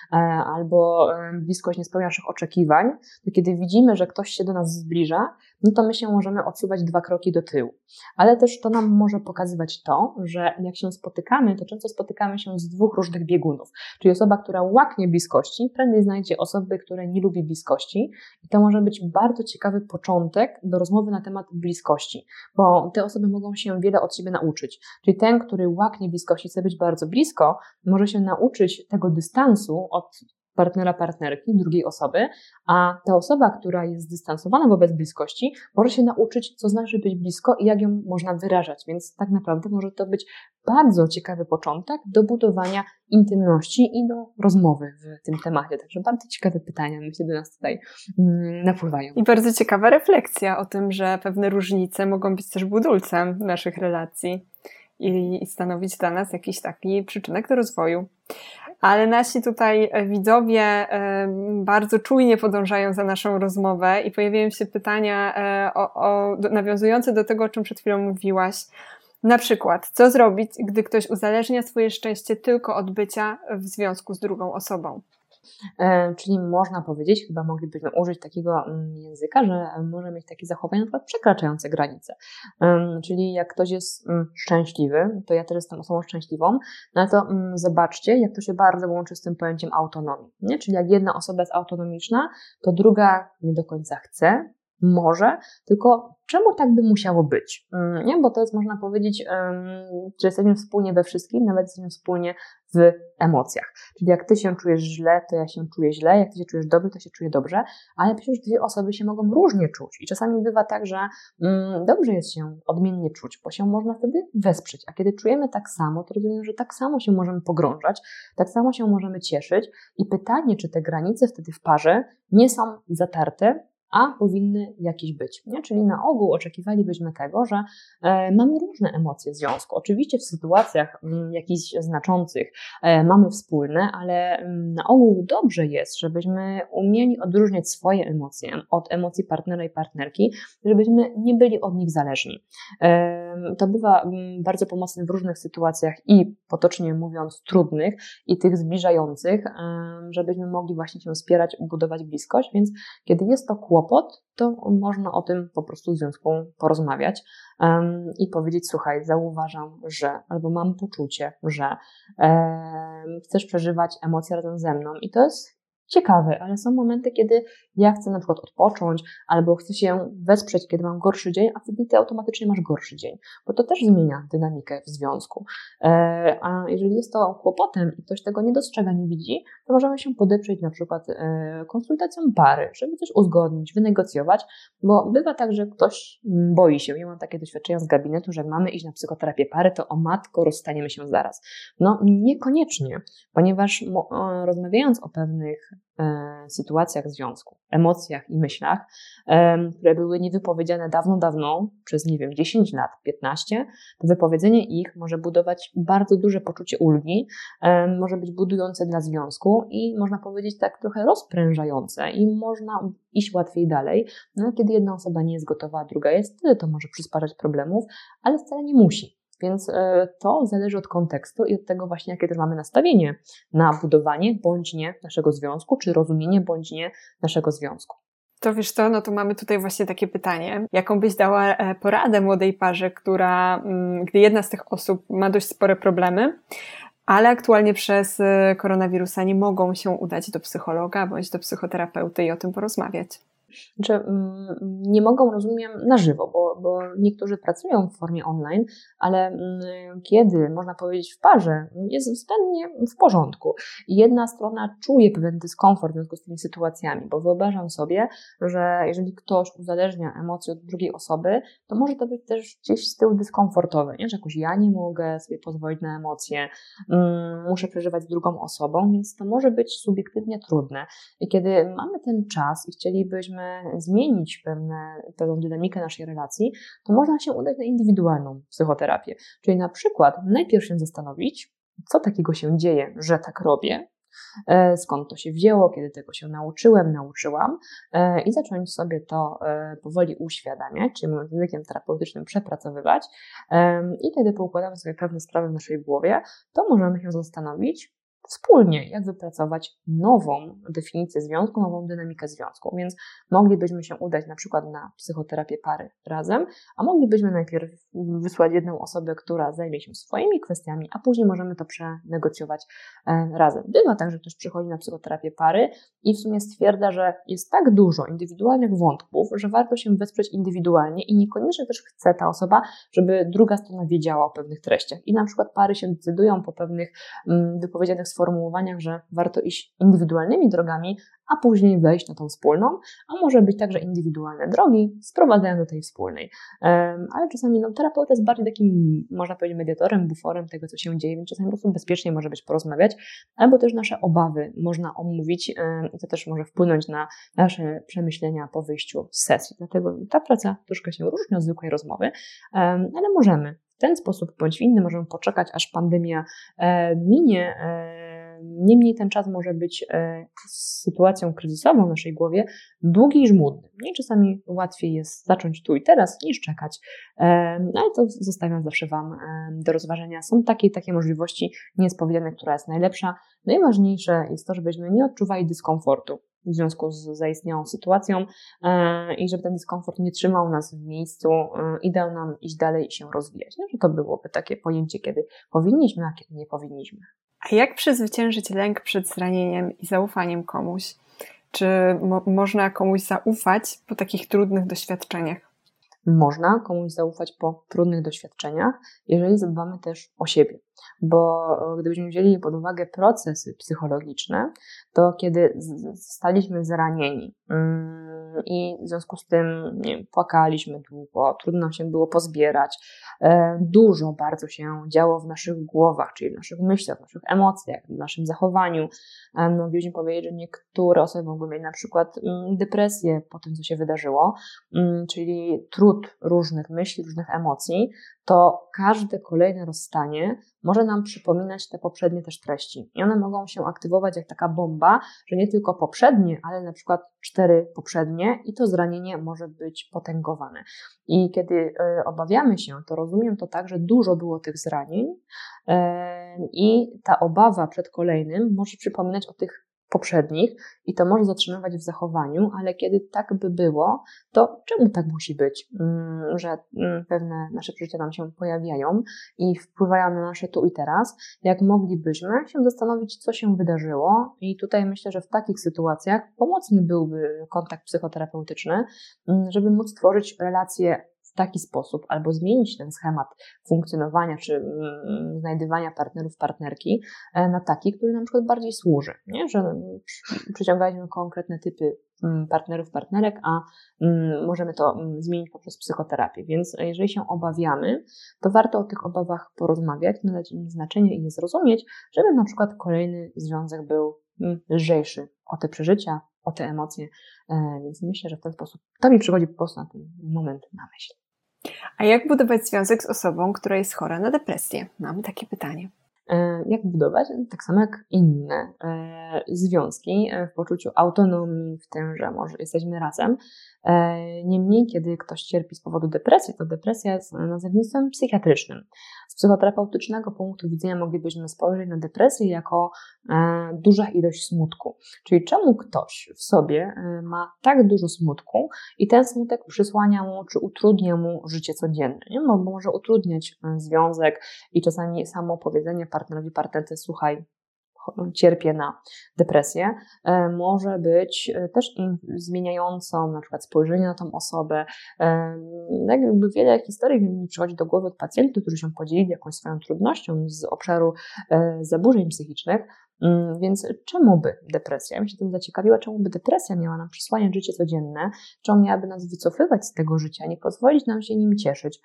albo bliskość nie spełnia naszych oczekiwań, to kiedy widzimy, że ktoś się do nas zbliża, no to my się możemy odsuwać dwa kroki do tyłu. Ale też to nam może pokazywać to, że jak się spotykamy, to często spotykamy się z dwóch różnych biegunów. Czyli osoba, która łaknie bliskości, prędzej znajdzie osoby, które nie lubi bliskości i to może być bardzo ciekawy początek do rozmowy na temat bliskości, bo te osoby mogą się wiele od siebie nauczyć. Czyli ten, który łaknie bliskości, chce być bardzo blisko, może się nauczyć tego dystansu od partnera, partnerki, drugiej osoby, a ta osoba, która jest zdystansowana wobec bliskości, może się nauczyć, co znaczy być blisko i jak ją można wyrażać, więc tak naprawdę może to być bardzo ciekawy początek do budowania intymności i do rozmowy w tym temacie. Także bardzo ciekawe pytania, myślę, do nas tutaj mm, napływają. I bardzo ciekawa refleksja o tym, że pewne różnice mogą być też budulcem naszych relacji i, i stanowić dla nas jakiś taki przyczynek do rozwoju. Ale nasi tutaj widzowie bardzo czujnie podążają za naszą rozmowę i pojawiają się pytania o, o, nawiązujące do tego, o czym przed chwilą mówiłaś. Na przykład, co zrobić, gdy ktoś uzależnia swoje szczęście tylko od bycia w związku z drugą osobą? Czyli można powiedzieć, chyba moglibyśmy użyć takiego języka, że może mieć takie zachowania na przykład przekraczające granice. Czyli jak ktoś jest szczęśliwy, to ja też jestem osobą szczęśliwą, no to zobaczcie, jak to się bardzo łączy z tym pojęciem autonomii. Nie? Czyli jak jedna osoba jest autonomiczna, to druga nie do końca chce, może, tylko czemu tak by musiało być? Nie? Bo to jest, można powiedzieć, że jesteśmy wspólnie we wszystkim, nawet jesteśmy wspólnie w emocjach. Czyli jak ty się czujesz źle, to ja się czuję źle, jak ty się czujesz dobrze, to się czuję dobrze, ale przecież dwie osoby się mogą różnie czuć i czasami bywa tak, że mm, dobrze jest się odmiennie czuć, bo się można wtedy wesprzeć, a kiedy czujemy tak samo, to rozumiem, że tak samo się możemy pogrążać, tak samo się możemy cieszyć i pytanie, czy te granice wtedy w parze nie są zatarte, a powinny jakieś być. Nie? Czyli na ogół oczekiwalibyśmy tego, że e, mamy różne emocje w związku. Oczywiście w sytuacjach m, jakichś znaczących e, mamy wspólne, ale m, na ogół dobrze jest, żebyśmy umieli odróżniać swoje emocje od emocji partnera i partnerki, żebyśmy nie byli od nich zależni. E, to bywa m, bardzo pomocne w różnych sytuacjach i potocznie mówiąc trudnych i tych zbliżających, e, żebyśmy mogli właśnie się wspierać, budować bliskość, więc kiedy jest to kłopot, to można o tym po prostu w związku porozmawiać um, i powiedzieć, słuchaj, zauważam, że, albo mam poczucie, że um, chcesz przeżywać emocje razem ze mną i to jest ciekawe, ale są momenty, kiedy ja chcę na przykład odpocząć albo chcę się wesprzeć, kiedy mam gorszy dzień, a wtedy ty automatycznie masz gorszy dzień, bo to też zmienia dynamikę w związku. E, a jeżeli jest to kłopotem i ktoś tego nie dostrzega, nie widzi, to możemy się podeprzeć na przykład e, konsultacją pary, żeby coś uzgodnić, wynegocjować, bo bywa tak, że ktoś boi się. Ja mam takie doświadczenia z gabinetu, że jak mamy iść na psychoterapię pary, to o matko, rozstaniemy się zaraz. No niekoniecznie, ponieważ mo, o, rozmawiając o pewnych sytuacjach w związku, emocjach i myślach, które były niewypowiedziane dawno, dawno, przez nie wiem, dziesięć lat, piętnaście, to wypowiedzenie ich może budować bardzo duże poczucie ulgi, może być budujące dla związku i można powiedzieć tak trochę rozprężające i można iść łatwiej dalej. No, kiedy jedna osoba nie jest gotowa, a druga jest, wtedy to może przysparzać problemów, ale wcale nie musi. Więc to zależy od kontekstu i od tego właśnie, jakie też mamy nastawienie na budowanie bądź nie naszego związku, czy rozumienie bądź nie naszego związku. To wiesz co, no to mamy tutaj właśnie takie pytanie. Jaką byś dała poradę młodej parze, która, gdy jedna z tych osób ma dość spore problemy, ale aktualnie przez koronawirusa nie mogą się udać do psychologa bądź do psychoterapeuty i o tym porozmawiać? Znaczy, nie mogą, rozumiem, na żywo, bo, bo niektórzy pracują w formie online, ale kiedy, można powiedzieć, w parze jest względnie w porządku. I jedna strona czuje pewien dyskomfort w związku z tymi sytuacjami, bo wyobrażam sobie, że jeżeli ktoś uzależnia emocje od drugiej osoby, to może to być też gdzieś z tyłu dyskomfortowe, nie? Że jakoś ja nie mogę sobie pozwolić na emocje, muszę przeżywać z drugą osobą, więc to może być subiektywnie trudne. I kiedy mamy ten czas i chcielibyśmy zmienić pewne, pewną dynamikę naszej relacji, to można się udać na indywidualną psychoterapię. Czyli na przykład najpierw się zastanowić, co takiego się dzieje, że tak robię, skąd to się wzięło, kiedy tego się nauczyłem, nauczyłam i zacząć sobie to powoli uświadamiać, czyli mówiąc językiem terapeutycznym przepracowywać i kiedy poukładamy sobie pewne sprawy w naszej głowie, to możemy się zastanowić wspólnie, jak wypracować nową definicję związku, nową dynamikę związku. Więc moglibyśmy się udać na przykład na psychoterapię pary razem, a moglibyśmy najpierw wysłać jedną osobę, która zajmie się swoimi kwestiami, a później możemy to przenegocjować razem. Bywa tak, że ktoś przychodzi na psychoterapię pary i w sumie stwierdza, że jest tak dużo indywidualnych wątków, że warto się wesprzeć indywidualnie i niekoniecznie też chce ta osoba, żeby druga strona wiedziała o pewnych treściach. I na przykład pary się decydują po pewnych wypowiedzianych sformułowaniach, że warto iść indywidualnymi drogami, a później wejść na tą wspólną, a może być także indywidualne drogi sprowadzają do tej wspólnej. Ale czasami no, terapeuta jest bardziej takim, można powiedzieć, mediatorem, buforem tego, co się dzieje, więc czasami po prostu bezpiecznie może być porozmawiać, albo też nasze obawy można omówić i to też może wpłynąć na nasze przemyślenia po wyjściu z sesji. Dlatego ta praca troszkę się różni od zwykłej rozmowy, ale możemy w ten sposób bądź w inny możemy poczekać, aż pandemia minie. Niemniej ten czas może być sytuacją kryzysową w naszej głowie długi i żmudny. I czasami łatwiej jest zacząć tu i teraz niż czekać. No ale to zostawiam zawsze Wam do rozważenia. Są takie i takie możliwości, nie jest powiedziane, która jest najlepsza. Najważniejsze jest to, żebyśmy nie odczuwali dyskomfortu w związku z zaistniałą sytuacją i żeby ten dyskomfort nie trzymał nas w miejscu i dał nam iść dalej i się rozwijać. No, że to byłoby takie pojęcie, kiedy powinniśmy, a kiedy nie powinniśmy. A jak przezwyciężyć lęk przed zranieniem i zaufaniem komuś? Czy mo- można komuś zaufać po takich trudnych doświadczeniach? Można komuś zaufać po trudnych doświadczeniach, jeżeli zadbamy też o siebie. Bo gdybyśmy wzięli pod uwagę procesy psychologiczne, to kiedy zostaliśmy zranieni i w związku z tym nie wiem, płakaliśmy długo, trudno nam się było pozbierać, dużo bardzo się działo w naszych głowach, czyli w naszych myślach, w naszych emocjach, w naszym zachowaniu. Moglibyśmy powiedzieć, że niektóre osoby mogły mieć na przykład depresję po tym, co się wydarzyło, czyli trud różnych myśli, różnych emocji, to każde kolejne rozstanie może nam przypominać te poprzednie też treści. I one mogą się aktywować jak taka bomba, że nie tylko poprzednie, ale na przykład cztery poprzednie i to zranienie może być potęgowane. I kiedy obawiamy się, to rozumiem to tak, że dużo było tych zranień i ta obawa przed kolejnym może przypominać o tych poprzednich i to może zatrzymywać w zachowaniu, ale kiedy tak by było, to czemu tak musi być, że pewne nasze przeżycia nam się pojawiają i wpływają na nasze tu i teraz, jak moglibyśmy się zastanowić, co się wydarzyło i tutaj myślę, że w takich sytuacjach pomocny byłby kontakt psychoterapeutyczny, żeby móc tworzyć relacje w taki sposób, albo zmienić ten schemat funkcjonowania czy mm, znajdywania partnerów, partnerki na taki, który nam na przykład bardziej służy, nie? Że przyciągaliśmy konkretne typy partnerów, partnerek, a mm, możemy to mm, zmienić poprzez psychoterapię. Więc jeżeli się obawiamy, to warto o tych obawach porozmawiać, nadać im znaczenie i je zrozumieć, żeby na przykład kolejny związek był mm, lżejszy o te przeżycia, o te emocje, e, więc myślę, że w ten sposób to mi przychodzi po prostu na ten moment na myśl. A jak budować związek z osobą, która jest chora na depresję? Mam takie pytanie. Jak budować? Tak samo jak inne e, związki w poczuciu autonomii, w tym, że może jesteśmy razem. E, niemniej, kiedy ktoś cierpi z powodu depresji, to depresja jest nazewnictwem psychiatrycznym. Z psychoterapeutycznego punktu widzenia moglibyśmy spojrzeć na depresję jako e, duża ilość smutku. Czyli czemu ktoś w sobie e, ma tak dużo smutku i ten smutek przysłania mu, czy utrudnia mu życie codzienne. Nie? Bo może utrudniać związek i czasami samo powiedzenie partnerowi, partnerce, słuchaj, cierpię na depresję, może być też zmieniającą na przykład spojrzenie na tą osobę. Jakby wiele historii mi przychodzi do głowy od pacjentów, którzy się podzielili jakąś swoją trudnością z obszaru zaburzeń psychicznych. Więc czemu by depresja? Ja bym się tym zaciekawiła, czemu by depresja miała nam przysłaniać życie codzienne, czemu miałaby nas wycofywać z tego życia, nie pozwolić nam się nim cieszyć.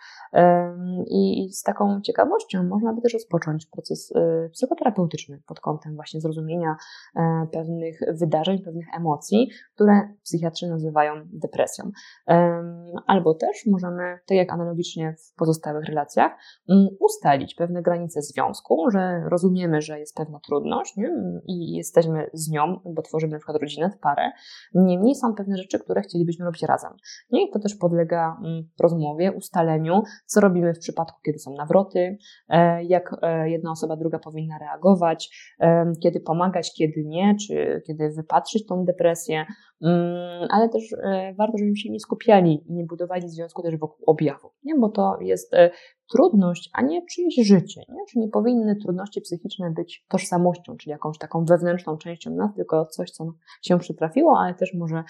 I z taką ciekawością można by też rozpocząć proces psychoterapeutyczny pod kątem właśnie zrozumienia pewnych wydarzeń, pewnych emocji, które psychiatrzy nazywają depresją. Albo też możemy, tak jak analogicznie w pozostałych relacjach, ustalić pewne granice związku, że rozumiemy, że jest pewna trudność, i jesteśmy z nią, bo tworzymy na przykład rodzinę, parę. Niemniej są pewne rzeczy, które chcielibyśmy robić razem. I to też podlega rozmowie, ustaleniu, co robimy w przypadku, kiedy są nawroty, jak jedna osoba, druga powinna reagować, kiedy pomagać, kiedy nie, czy kiedy wypatrzyć tą depresję, ale też warto, żebyśmy się nie skupiali i nie budowali związku też wokół objawu, nie? Bo to jest trudność, a nie czyjeś życie. Nie? Czy nie powinny trudności psychiczne być tożsamością, czyli jakąś taką wewnętrzną częścią nas, tylko coś, co się przytrafiło, ale też może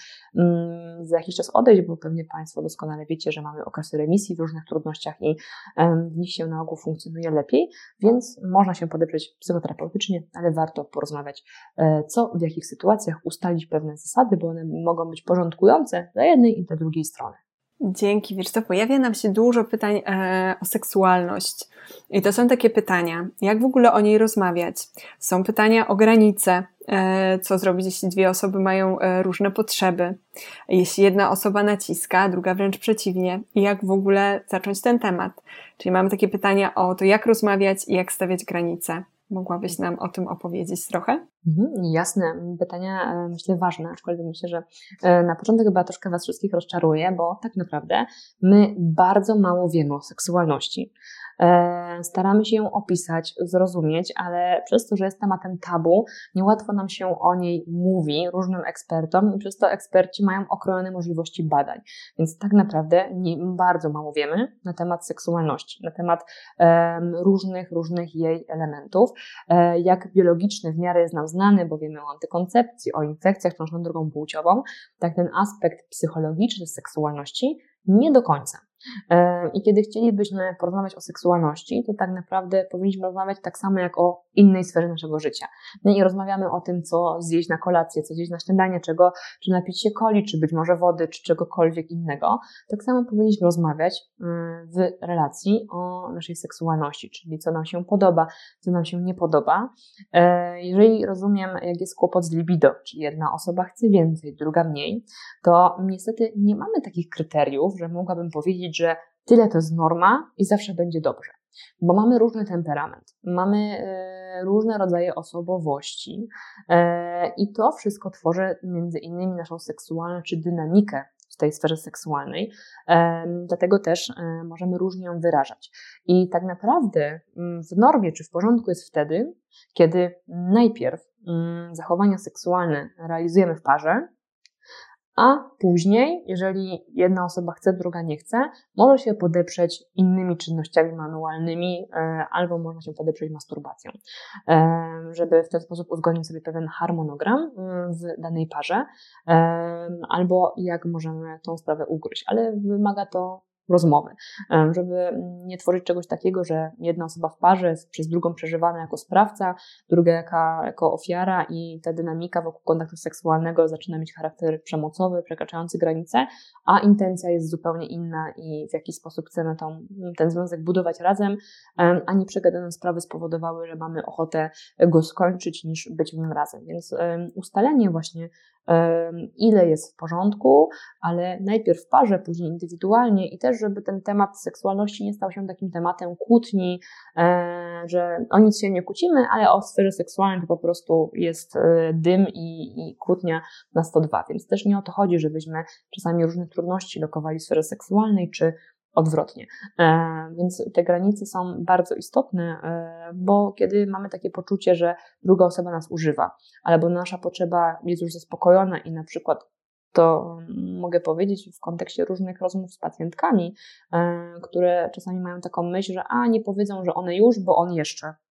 mm, za jakiś czas odejść, bo pewnie Państwo doskonale wiecie, że mamy okresy remisji w różnych trudnościach i em, w nich się na ogół funkcjonuje lepiej, więc można się podeprzeć psychoterapeutycznie, ale warto porozmawiać, e, co w jakich sytuacjach, ustalić pewne zasady, bo one mogą być porządkujące dla jednej i dla drugiej strony. Dzięki, wiesz co, pojawia nam się dużo pytań e, o seksualność i to są takie pytania, jak w ogóle o niej rozmawiać. Są pytania o granice, e, co zrobić, jeśli dwie osoby mają e, różne potrzeby, jeśli jedna osoba naciska, a druga wręcz przeciwnie i jak w ogóle zacząć ten temat. Czyli mamy takie pytania o to, jak rozmawiać i jak stawiać granice. Mogłabyś nam o tym opowiedzieć trochę? Mhm, jasne. Pytania myślę ważne, aczkolwiek myślę, że na początek chyba troszkę Was wszystkich rozczaruję, bo tak naprawdę my bardzo mało wiemy o seksualności. Staramy się ją opisać, zrozumieć, ale przez to, że jest tematem tabu, niełatwo nam się o niej mówi różnym ekspertom i przez to eksperci mają okrojone możliwości badań. Więc tak naprawdę nie, bardzo mało wiemy na temat seksualności, na temat um, różnych, różnych jej elementów. E, jak biologiczny w miarę jest nam znany, bo wiemy o antykoncepcji, o infekcjach ciążową drogą płciową, tak ten aspekt psychologiczny seksualności nie do końca. I kiedy chcielibyśmy porozmawiać o seksualności, to tak naprawdę powinniśmy rozmawiać tak samo jak o innej sferze naszego życia. No i rozmawiamy o tym, co zjeść na kolację, co zjeść na śniadanie, czego, czy napić się coli, czy być może wody, czy czegokolwiek innego. Tak samo powinniśmy rozmawiać w relacji o naszej seksualności, czyli co nam się podoba, co nam się nie podoba. Jeżeli rozumiem, jak jest kłopot z libido, czyli jedna osoba chce więcej, druga mniej, to niestety nie mamy takich kryteriów, że mogłabym powiedzieć, że tyle to jest norma i zawsze będzie dobrze. Bo mamy różny temperament, mamy e, różne rodzaje osobowości e, i to wszystko tworzy między innymi naszą seksualność czy dynamikę w tej sferze seksualnej, e, dlatego też e, możemy różnie ją wyrażać. I tak naprawdę w normie czy w porządku jest wtedy, kiedy najpierw m, zachowania seksualne realizujemy w parze, a później, jeżeli jedna osoba chce, druga nie chce, może się podeprzeć innymi czynnościami manualnymi albo można się podeprzeć masturbacją, żeby w ten sposób uzgodnić sobie pewien harmonogram w danej parze albo jak możemy tą sprawę ugryźć, ale wymaga to rozmowy, żeby nie tworzyć czegoś takiego, że jedna osoba w parze jest przez drugą przeżywana jako sprawca, druga jako, jako ofiara i ta dynamika wokół kontaktu seksualnego zaczyna mieć charakter przemocowy, przekraczający granice, a intencja jest zupełnie inna i w jaki sposób chcemy tą, ten związek budować razem, a nie przegadane sprawy spowodowały, że mamy ochotę go skończyć niż być w nim razem. Więc ustalenie właśnie ile jest w porządku, ale najpierw w parze, później indywidualnie i też, żeby ten temat seksualności nie stał się takim tematem kłótni, że o nic się nie kłócimy, ale o sferze seksualnej to po prostu jest dym i, i kłótnia na sto dwa, więc też nie o to chodzi, żebyśmy czasami różne trudności lokowali w sferze seksualnej, czy odwrotnie. Więc te granice są bardzo istotne, bo kiedy mamy takie poczucie, że druga osoba nas używa, albo nasza potrzeba jest już zaspokojona i na przykład to mogę powiedzieć w kontekście różnych rozmów z pacjentkami, które czasami mają taką myśl, że a nie powiedzą, że one już, bo on jeszcze.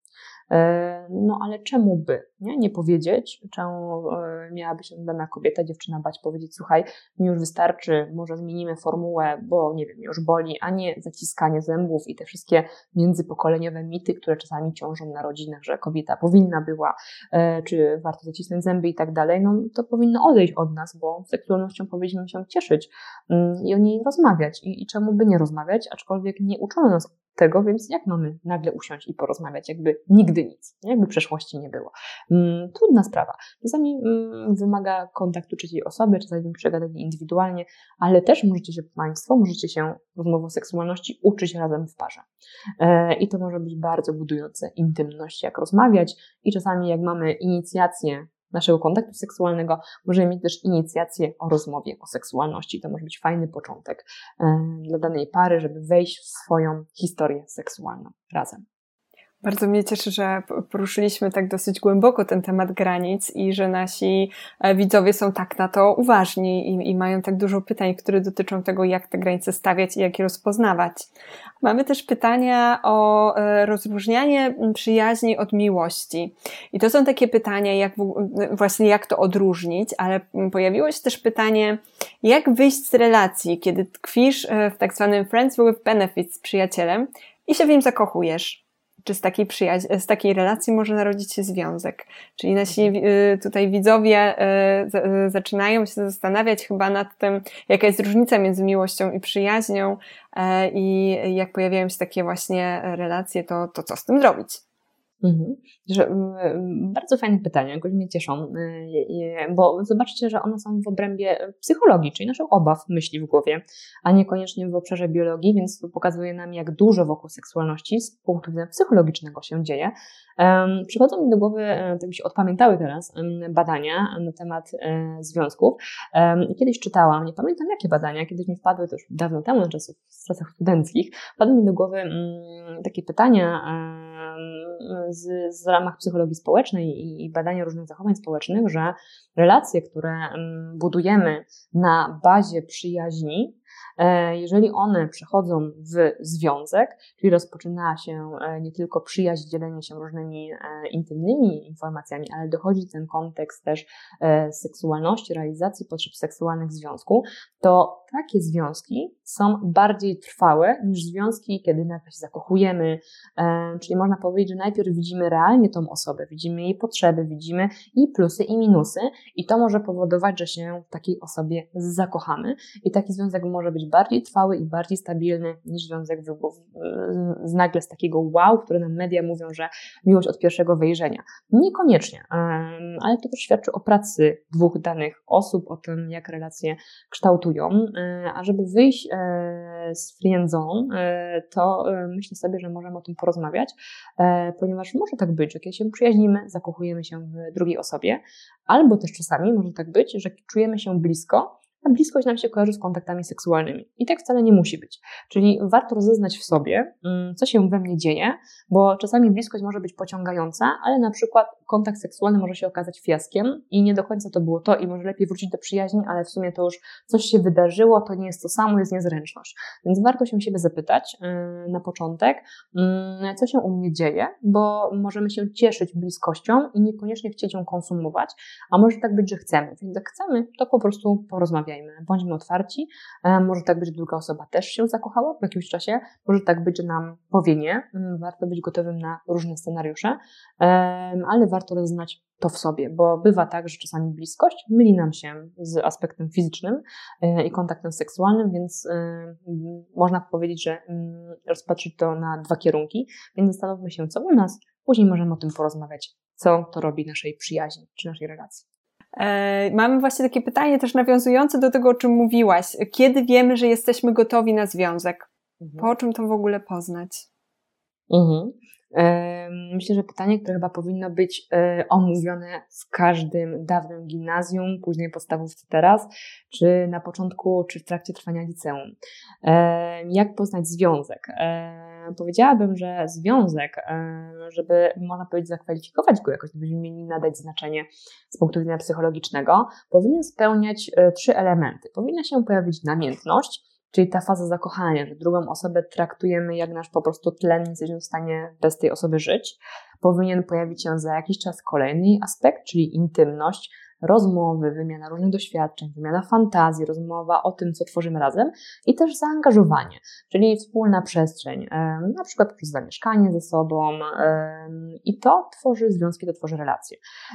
No ale czemu by, nie? Nie powiedzieć, czemu miałaby się dana kobieta, dziewczyna bać powiedzieć, słuchaj, mi już wystarczy, może zmienimy formułę, bo nie wiem, już boli, a nie zaciskanie zębów i te wszystkie międzypokoleniowe mity, które czasami ciążą na rodzinach, że kobieta powinna była, czy warto zacisnąć zęby i tak dalej, no to powinno odejść od nas, bo seksualnością powinniśmy się cieszyć i o niej rozmawiać. I, i czemu by nie rozmawiać, aczkolwiek nie uczono nas tego, więc jak mamy nagle usiąść i porozmawiać, jakby nigdy nic, jakby przeszłości nie było. Hmm, trudna sprawa. Czasami hmm, wymaga kontaktu trzeciej osoby, czasami przegadanie indywidualnie, ale też możecie się Państwo, możecie się rozmowy o seksualności uczyć razem w parze. E, I to może być bardzo budujące intymność, jak rozmawiać i czasami jak mamy inicjację naszego kontaktu seksualnego, możemy mieć też inicjację o rozmowie o seksualności. To może być fajny początek e, dla danej pary, żeby wejść w swoją historię seksualną razem. Bardzo mnie cieszy, że poruszyliśmy tak dosyć głęboko ten temat granic i że nasi widzowie są tak na to uważni i, i mają tak dużo pytań, które dotyczą tego, jak te granice stawiać i jak je rozpoznawać. Mamy też pytania o rozróżnianie przyjaźni od miłości. I to są takie pytania, jak właśnie jak to odróżnić, ale pojawiło się też pytanie, jak wyjść z relacji, kiedy tkwisz w tak zwanym friends with benefits z przyjacielem i się w nim zakochujesz. Czy z takiej przyjaźni, z takiej relacji może narodzić się związek. Czyli nasi tutaj widzowie zaczynają się zastanawiać chyba nad tym, jaka jest różnica między miłością i przyjaźnią i jak pojawiają się takie właśnie relacje, to, to co z tym zrobić? Mhm. Że, bardzo fajne pytania, jakoś mnie cieszą, bo zobaczcie, że one są w obrębie psychologii, czyli naszych obaw, myśli w głowie, a niekoniecznie w obszarze biologii, więc to pokazuje nam, jak dużo wokół seksualności z punktu widzenia psychologicznego się dzieje. Przychodzą mi do głowy, tak mi się odpamiętały teraz, badania na temat związków. I kiedyś czytałam, nie pamiętam jakie badania, kiedyś mi wpadły, to już dawno temu, na czasów, w czasach studenckich, wpadły mi do głowy takie pytania z, z ramach psychologii społecznej i, i badania różnych zachowań społecznych, że relacje, które budujemy na bazie przyjaźni, jeżeli one przechodzą w związek, czyli rozpoczyna się nie tylko przyjaźń, dzielenie się różnymi intymnymi informacjami, ale dochodzi ten kontekst też seksualności, realizacji potrzeb seksualnych w związku, to takie związki są bardziej trwałe niż związki, kiedy najpierw się zakochujemy, czyli można powiedzieć, że najpierw widzimy realnie tą osobę, widzimy jej potrzeby, widzimy i plusy, i minusy i to może powodować, że się w takiej osobie zakochamy i taki związek może być bardziej trwały i bardziej stabilny niż związek z nagle z takiego wow, które nam media mówią, że miłość od pierwszego wejrzenia. Niekoniecznie, ale to też świadczy o pracy dwóch danych osób, o tym, jak relacje kształtują. A żeby wyjść z friendzone, to myślę sobie, że możemy o tym porozmawiać, ponieważ może tak być, że kiedy się przyjaźnimy, zakochujemy się w drugiej osobie, albo też czasami może tak być, że czujemy się blisko, a bliskość nam się kojarzy z kontaktami seksualnymi. I tak wcale nie musi być. Czyli warto rozeznać w sobie, co się we mnie dzieje, bo czasami bliskość może być pociągająca, ale na przykład kontakt seksualny może się okazać fiaskiem i nie do końca to było to i może lepiej wrócić do przyjaźni, ale w sumie to już coś się wydarzyło, to nie jest to samo, jest niezręczność. Więc warto się siebie zapytać na początek, co się u mnie dzieje, bo możemy się cieszyć bliskością i niekoniecznie chcieć ją konsumować, a może tak być, że chcemy. Więc jak chcemy, to po prostu porozmawiamy. Bądźmy otwarci. Może tak być, że druga osoba też się zakochała w jakimś czasie. Może tak być, że nam powie nie. Warto być gotowym na różne scenariusze, ale warto rozeznać to w sobie, bo bywa tak, że czasami bliskość myli nam się z aspektem fizycznym i kontaktem seksualnym, więc można powiedzieć, że rozpatrzyć to na dwa kierunki, więc zastanówmy się, co u nas, później możemy o tym porozmawiać, co to robi naszej przyjaźni czy naszej relacji. Mamy właśnie takie pytanie też nawiązujące do tego, o czym mówiłaś. Kiedy wiemy, że jesteśmy gotowi na związek? Mhm. Po czym to w ogóle poznać? Mhm. Myślę, że pytanie, które chyba powinno być omówione w każdym dawnym gimnazjum, później podstawówce teraz, czy na początku, czy w trakcie trwania liceum. Jak poznać związek? Powiedziałabym, że związek, żeby można powiedzieć zakwalifikować go jakoś, gdybyśmy mieli nadać znaczenie z punktu widzenia psychologicznego, powinien spełniać trzy elementy. Powinna się pojawić namiętność, czyli ta faza zakochania, że drugą osobę traktujemy jak nasz po prostu tlen, nie jesteśmy w stanie bez tej osoby żyć. powinien pojawić się za jakiś czas kolejny aspekt, czyli intymność, rozmowy, wymiana różnych doświadczeń, wymiana fantazji, rozmowa o tym, co tworzymy razem i też zaangażowanie, czyli wspólna przestrzeń, na przykład przez zamieszkanie ze sobą i to tworzy związki, to tworzy relacje.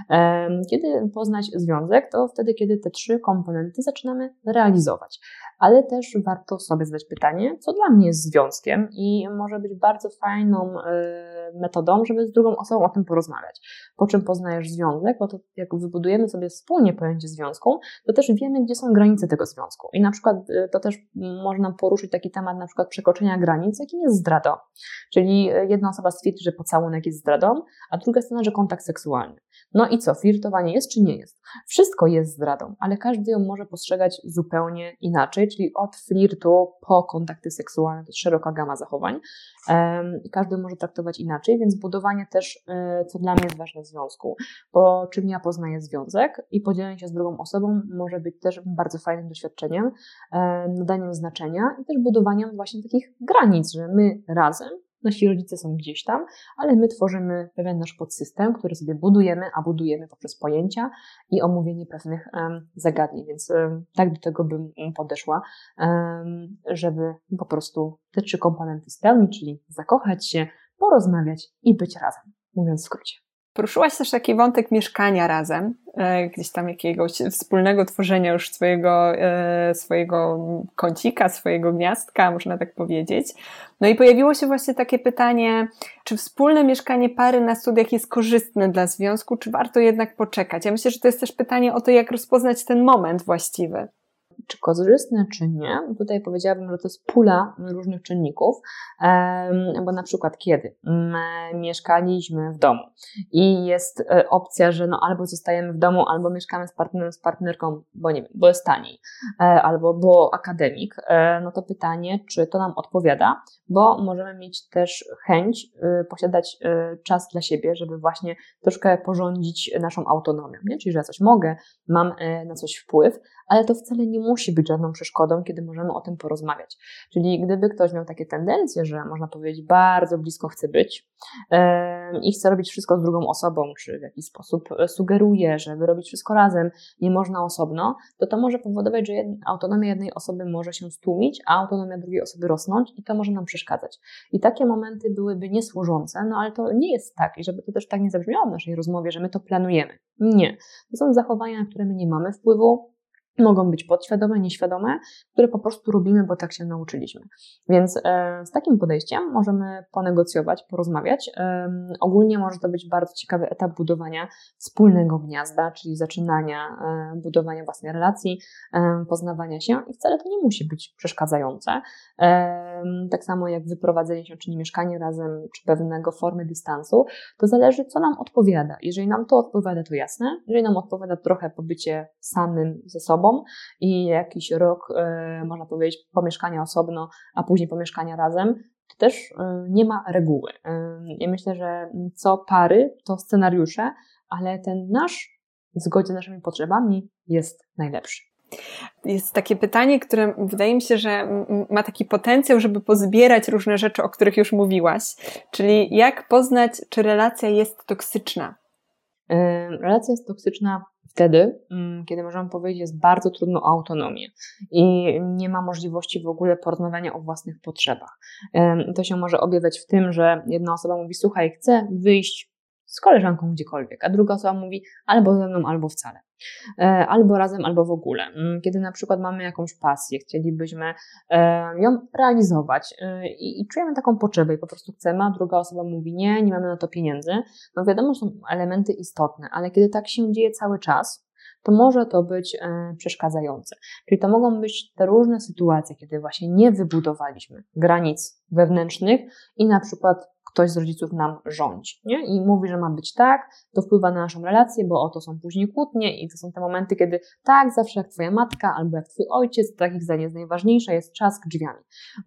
Kiedy poznać związek, to wtedy, kiedy te trzy komponenty zaczynamy realizować, ale też warto sobie zadać pytanie, co dla mnie jest związkiem i może być bardzo fajną metodą, żeby z drugą osobą o tym porozmawiać. Po czym poznajesz związek, bo to jak wybudujemy sobie wspólnie pojęcie związku, to też wiemy, gdzie są granice tego związku. I na przykład to też można poruszyć taki temat na przykład przekroczenia granic, jakim jest zdrada. Czyli jedna osoba stwierdzi, że pocałunek jest zdradą, a druga strona, że kontakt seksualny. No i co, flirtowanie jest czy nie jest? Wszystko jest zdradą, ale każdy ją może postrzegać zupełnie inaczej, czyli od flirtu po kontakty seksualne, to jest szeroka gama zachowań. I każdy może traktować inaczej, więc budowanie też, co dla mnie jest ważne w związku, po czym ja poznaję związek i podzielenie się z drugą osobą może być też bardzo fajnym doświadczeniem, nadaniem znaczenia i też budowaniem właśnie takich granic, że my razem, nasi rodzice są gdzieś tam, ale my tworzymy pewien nasz podsystem, który sobie budujemy, a budujemy poprzez pojęcia i omówienie pewnych um, zagadnień, więc um, tak do tego bym podeszła, um, żeby po prostu te trzy komponenty spełnić, czyli zakochać się, porozmawiać i być razem, mówiąc w skrócie. Poruszyłaś też taki wątek mieszkania razem, gdzieś tam jakiegoś wspólnego tworzenia już swojego, swojego kącika, swojego gniazdka, można tak powiedzieć. No i pojawiło się właśnie takie pytanie, czy wspólne mieszkanie pary na studiach jest korzystne dla związku, czy warto jednak poczekać? Ja myślę, że to jest też pytanie o to, jak rozpoznać ten moment właściwy. Czy korzystne, czy nie. Tutaj powiedziałabym, że to jest pula różnych czynników, bo na przykład kiedy mieszkaliśmy w domu i jest opcja, że no albo zostajemy w domu, albo mieszkamy z partnerem, z partnerką, bo nie wiem, bo jest taniej, albo bo akademik, no to pytanie, czy to nam odpowiada, bo możemy mieć też chęć posiadać czas dla siebie, żeby właśnie troszkę porządzić naszą autonomią, nie? Czyli że ja coś mogę, mam na coś wpływ, ale to wcale nie musi być żadną przeszkodą, kiedy możemy o tym porozmawiać. Czyli gdyby ktoś miał takie tendencje, że można powiedzieć bardzo blisko chce być yy, i chce robić wszystko z drugą osobą, czy w jakiś sposób sugeruje, żeby robić wszystko razem, nie można osobno, to to może powodować, że jedna, autonomia jednej osoby może się stłumić, a autonomia drugiej osoby rosnąć i to może nam przeszkadzać. I takie momenty byłyby niesłużące, no ale to nie jest tak i żeby to też tak nie zabrzmiało w naszej rozmowie, że my to planujemy. Nie. To są zachowania, na które my nie mamy wpływu, mogą być podświadome, nieświadome, które po prostu robimy, bo tak się nauczyliśmy. Więc e, z takim podejściem możemy ponegocjować, porozmawiać. E, ogólnie może to być bardzo ciekawy etap budowania wspólnego gniazda, czyli zaczynania e, budowania własnej relacji, e, poznawania się i wcale to nie musi być przeszkadzające. E, tak samo jak wyprowadzenie się, czyli mieszkanie razem, czy pewnego formy dystansu, to zależy, co nam odpowiada. Jeżeli nam to odpowiada, to jasne. Jeżeli nam odpowiada trochę pobycie samym ze sobą, i jakiś rok, y, można powiedzieć, pomieszkania osobno, a później pomieszkania razem, to też y, nie ma reguły. Y, ja myślę, że co pary, to scenariusze, ale ten nasz, w zgodzie z naszymi potrzebami, jest najlepszy. Jest takie pytanie, które wydaje mi się, że ma taki potencjał, żeby pozbierać różne rzeczy, o których już mówiłaś. Czyli jak poznać, czy relacja jest toksyczna? Y, relacja jest toksyczna wtedy, kiedy możemy powiedzieć, jest bardzo trudno o autonomię i nie ma możliwości w ogóle porozmawiania o własnych potrzebach. To się może objawiać w tym, że jedna osoba mówi, słuchaj, chcę wyjść z koleżanką gdziekolwiek, a druga osoba mówi albo ze mną, albo wcale. Albo razem, albo w ogóle. Kiedy na przykład mamy jakąś pasję, chcielibyśmy ją realizować i, i czujemy taką potrzebę i po prostu chcemy, a druga osoba mówi nie, nie mamy na to pieniędzy, no wiadomo, że są elementy istotne, ale kiedy tak się dzieje cały czas, to może to być przeszkadzające. Czyli to mogą być te różne sytuacje, kiedy właśnie nie wybudowaliśmy granic wewnętrznych i na przykład ktoś z rodziców nam rządzi, nie? I mówi, że ma być tak, to wpływa na naszą relację, bo oto są później kłótnie i to są te momenty, kiedy tak, zawsze jak twoja matka albo jak twój ojciec, takich zdań jest najważniejsza, jest trzask drzwiami.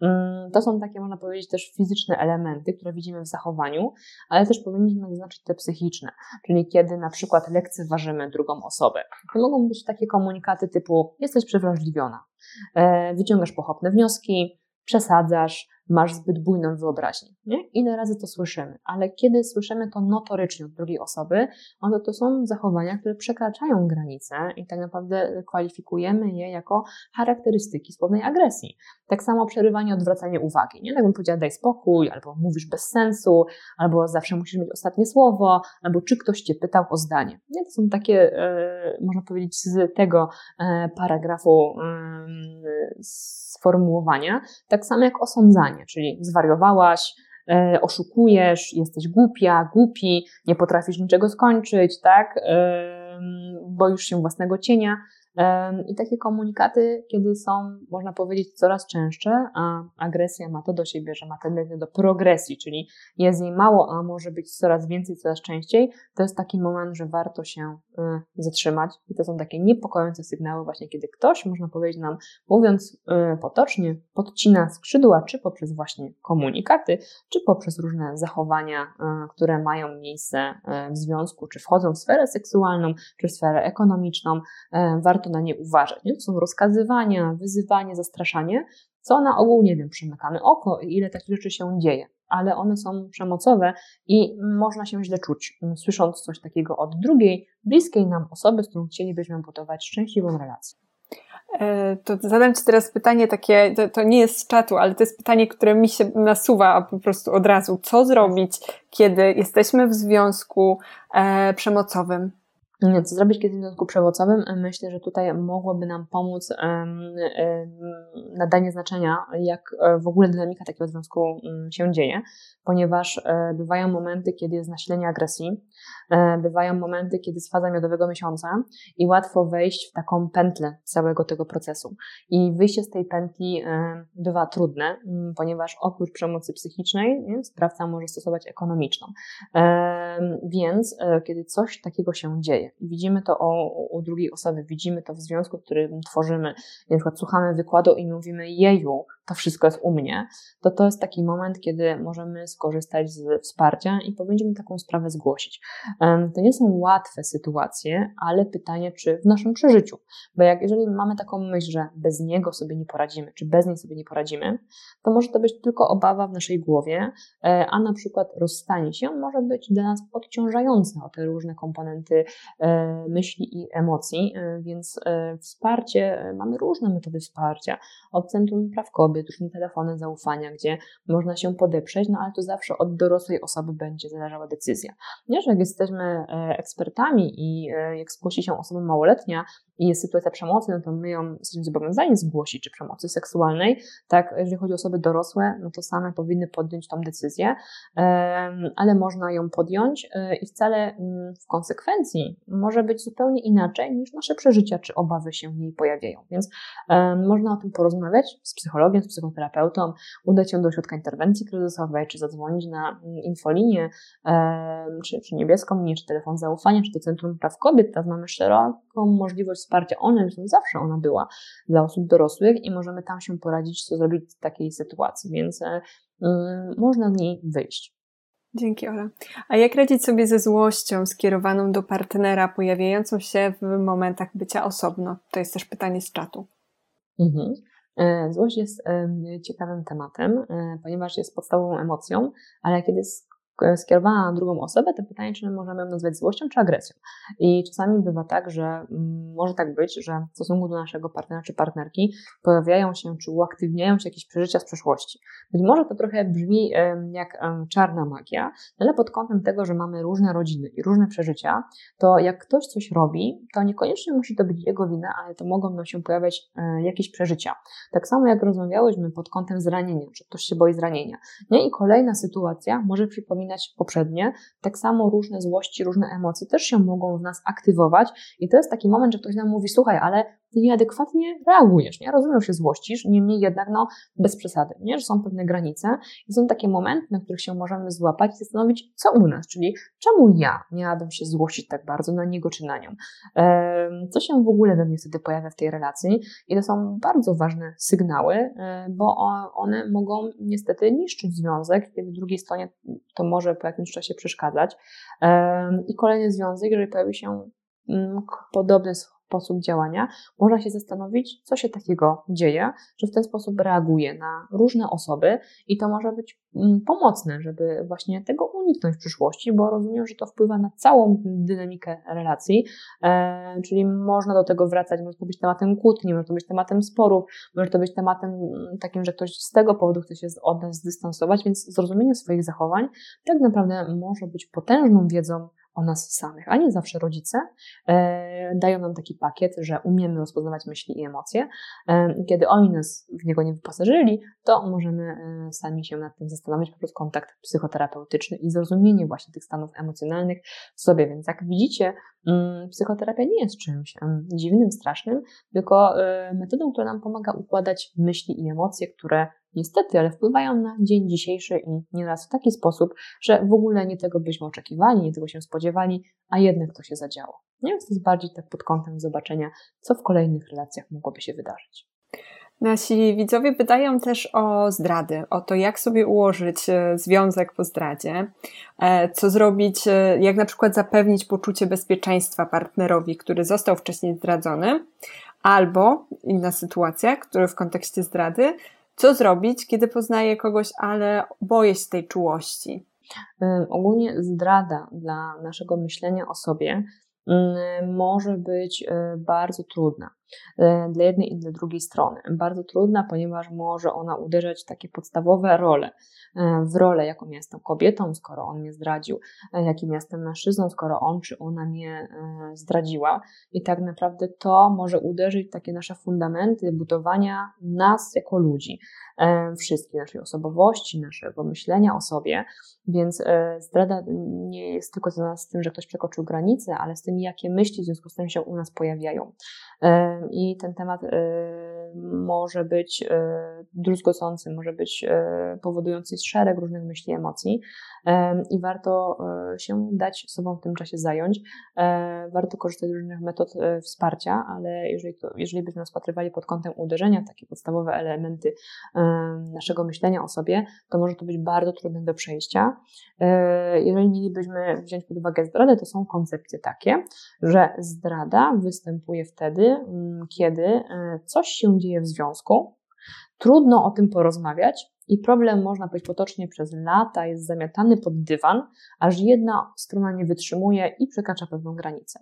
To są takie, można powiedzieć, też fizyczne elementy, które widzimy w zachowaniu, ale też powinniśmy zaznaczyć te psychiczne, czyli kiedy na przykład lekceważymy drugą osobę. To mogą być takie komunikaty typu jesteś przewrażliwiona, wyciągasz pochopne wnioski, przesadzasz, masz zbyt bujną wyobraźnię. Nie? Ile razy to słyszymy, ale kiedy słyszymy to notorycznie od drugiej osoby, no to są zachowania, które przekraczają granice i tak naprawdę kwalifikujemy je jako charakterystyki z pewnej agresji. Tak samo przerywanie, odwracanie uwagi. Nie? Jakbym powiedziała, daj spokój, albo mówisz bez sensu, albo zawsze musisz mieć ostatnie słowo, albo czy ktoś cię pytał o zdanie. Nie? To są takie, e, można powiedzieć, z tego e, paragrafu e, sformułowania. Tak samo jak osądzanie, czyli zwariowałaś, e, oszukujesz, jesteś głupia, głupi, nie potrafisz niczego skończyć, tak? E, boisz się własnego cienia. I takie komunikaty, kiedy są, można powiedzieć, coraz częstsze, a agresja ma to do siebie, że ma tendencję do progresji, czyli jest jej mało, a może być coraz więcej, coraz częściej, to jest taki moment, że warto się zatrzymać. I to są takie niepokojące sygnały właśnie, kiedy ktoś, można powiedzieć nam, mówiąc potocznie, podcina skrzydła, czy poprzez właśnie komunikaty, czy poprzez różne zachowania, które mają miejsce w związku, czy wchodzą w sferę seksualną, czy w sferę ekonomiczną. Warto na nie uważać. Nie? To są rozkazywania, wyzywanie, zastraszanie, co na ogół, nie wiem, przymykamy oko i ile takich rzeczy się dzieje, ale one są przemocowe i można się źle czuć, słysząc coś takiego od drugiej, bliskiej nam osoby, z którą chcielibyśmy budować szczęśliwą relację. To zadam Ci teraz pytanie takie, to, to nie jest z czatu, ale to jest pytanie, które mi się nasuwa po prostu od razu. Co zrobić, kiedy jesteśmy w związku e, przemocowym? Co zrobić, kiedy w związku przemocowym? Myślę, że tutaj mogłoby nam pomóc um, um, nadanie znaczenia, jak w ogóle dynamika takiego związku um, się dzieje, ponieważ um, bywają momenty, kiedy jest nasilenie agresji, um, bywają momenty, kiedy jest faza miodowego miesiąca i łatwo wejść w taką pętlę całego tego procesu. I wyjście z tej pętli um, bywa trudne, um, ponieważ oprócz przemocy psychicznej, nie, sprawca może stosować ekonomiczną. Um, więc um, kiedy coś takiego się dzieje, i widzimy to o, u drugiej osoby, widzimy to w związku, który tworzymy, na przykład słuchamy wykładu i mówimy jeju, to wszystko jest u mnie, to to jest taki moment, kiedy możemy skorzystać z wsparcia i powinniśmy taką sprawę zgłosić. To nie są łatwe sytuacje, ale pytanie, czy w naszym przeżyciu, bo jak jeżeli mamy taką myśl, że bez niego sobie nie poradzimy, czy bez niej sobie nie poradzimy, to może to być tylko obawa w naszej głowie, a na przykład rozstanie się może być dla nas odciążające o te różne komponenty myśli i emocji, więc wsparcie, mamy różne metody wsparcia, od Centrum Praw Kobiet, różne telefony zaufania, gdzie można się podeprzeć, no ale to zawsze od dorosłej osoby będzie zależała decyzja. Nie, że jak jesteśmy ekspertami i jak zgłosi się osoba małoletnia i jest sytuacja przemocy, no to my ją jesteśmy zobowiązani zgłosić, czy przemocy seksualnej, tak, jeżeli chodzi o osoby dorosłe, no to same powinny podjąć tą decyzję, ale można ją podjąć i wcale w konsekwencji może być zupełnie inaczej niż nasze przeżycia, czy obawy się w niej pojawiają. Więc można o tym porozmawiać z psychologiem, z psychoterapeutą, udać się do ośrodka interwencji kryzysowej, czy zadzwonić na infolinię, czy, czy niebieską linię, czy telefon zaufania, czy do Centrum Praw Kobiet. Teraz mamy szeroką możliwość wsparcia online, zresztą zawsze ona była dla osób dorosłych i możemy tam się poradzić, co zrobić w takiej sytuacji, więc um, można z niej wyjść. Dzięki, Ola. A jak radzić sobie ze złością skierowaną do partnera, pojawiającą się w momentach bycia osobno? To jest też pytanie z czatu. Mhm. Złość jest ciekawym tematem, ponieważ jest podstawową emocją, ale kiedy jest skierowana na drugą osobę, to pytanie, czy my możemy ją nazwać złością czy agresją. I czasami bywa tak, że może tak być, że w stosunku do naszego partnera czy partnerki pojawiają się czy uaktywniają się jakieś przeżycia z przeszłości. Być może to trochę brzmi jak czarna magia, ale pod kątem tego, że mamy różne rodziny i różne przeżycia, to jak ktoś coś robi, to niekoniecznie musi to być jego wina, ale to mogą nam się pojawiać jakieś przeżycia. Tak samo jak rozmawiałyśmy pod kątem zranienia, że ktoś się boi zranienia. Nie? I kolejna sytuacja może przypominać poprzednie, tak samo różne złości, różne emocje też się mogą w nas aktywować i to jest taki moment, że ktoś nam mówi, słuchaj, ale ty nieadekwatnie reagujesz, nie? Rozumiem, że się złościsz, niemniej jednak no bez przesady, nie? Że są pewne granice i są takie momenty, na których się możemy złapać i zastanowić, co u nas, czyli czemu ja miałabym się złościć tak bardzo na niego czy na nią. Co się w ogóle we mnie wtedy pojawia w tej relacji i to są bardzo ważne sygnały, bo one mogą niestety niszczyć związek, kiedy drugiej stronie to może po jakimś czasie przeszkadzać. I kolejny związek, jeżeli pojawi się podobny sposób działania, można się zastanowić, co się takiego dzieje, że w ten sposób reaguje na różne osoby i to może być pomocne, żeby właśnie tego uniknąć w przyszłości, bo rozumiem, że to wpływa na całą dynamikę relacji, e, czyli można do tego wracać, może to być tematem kłótni, może to być tematem sporów, może to być tematem takim, że ktoś z tego powodu chce się od nas zdystansować, więc zrozumienie swoich zachowań tak naprawdę może być potężną wiedzą o nas samych, a nie zawsze rodzice e, dają nam taki pakiet, że umiemy rozpoznawać myśli i emocje. E, kiedy oni nas w niego nie wyposażyli, to możemy e, sami się nad tym zastanowić poprzez kontakt psychoterapeutyczny i zrozumienie właśnie tych stanów emocjonalnych w sobie. Więc jak widzicie, mm, psychoterapia nie jest czymś mm, dziwnym, strasznym, tylko e, metodą, która nam pomaga układać myśli i emocje, które niestety, ale wpływają na dzień dzisiejszy i nieraz w taki sposób, że w ogóle nie tego byśmy oczekiwali, nie tego się spodziewali, a jednak to się zadziało. Nie? Więc to jest bardziej tak pod kątem zobaczenia, co w kolejnych relacjach mogłoby się wydarzyć. Nasi widzowie pytają też o zdrady, o to, jak sobie ułożyć związek po zdradzie, co zrobić, jak na przykład zapewnić poczucie bezpieczeństwa partnerowi, który został wcześniej zdradzony, albo inna sytuacja, która w kontekście zdrady, co zrobić, kiedy poznaję kogoś, ale boję się tej czułości? Ogólnie zdrada dla naszego myślenia o sobie może być bardzo trudna. Dla jednej i dla drugiej strony. Bardzo trudna, ponieważ może ona uderzać w takie podstawowe role. W rolę, jaką jestem kobietą, skoro on mnie zdradził, jakim jestem mężczyzną, skoro on czy ona mnie zdradziła. I tak naprawdę to może uderzyć w takie nasze fundamenty budowania nas jako ludzi. Wszystkie naszej osobowości, naszego myślenia o sobie. Więc zdrada nie jest tylko związana z tym, że ktoś przekroczył granicę, ale z tym, jakie myśli w związku z tym się u nas pojawiają. I ten temat może być druzgocący, może być powodujący szereg różnych myśli, emocji i warto się dać sobą w tym czasie zająć. Warto korzystać z różnych metod wsparcia, ale jeżeli, to, jeżeli byśmy rozpatrywali pod kątem uderzenia w takie podstawowe elementy naszego myślenia o sobie, to może to być bardzo trudne do przejścia. Jeżeli mielibyśmy wziąć pod uwagę zdradę, to są koncepcje takie, że zdrada występuje wtedy, kiedy coś się dzieje w związku, trudno o tym porozmawiać i problem, można powiedzieć potocznie, przez lata jest zamiatany pod dywan, aż jedna strona nie wytrzymuje i przekracza pewną granicę.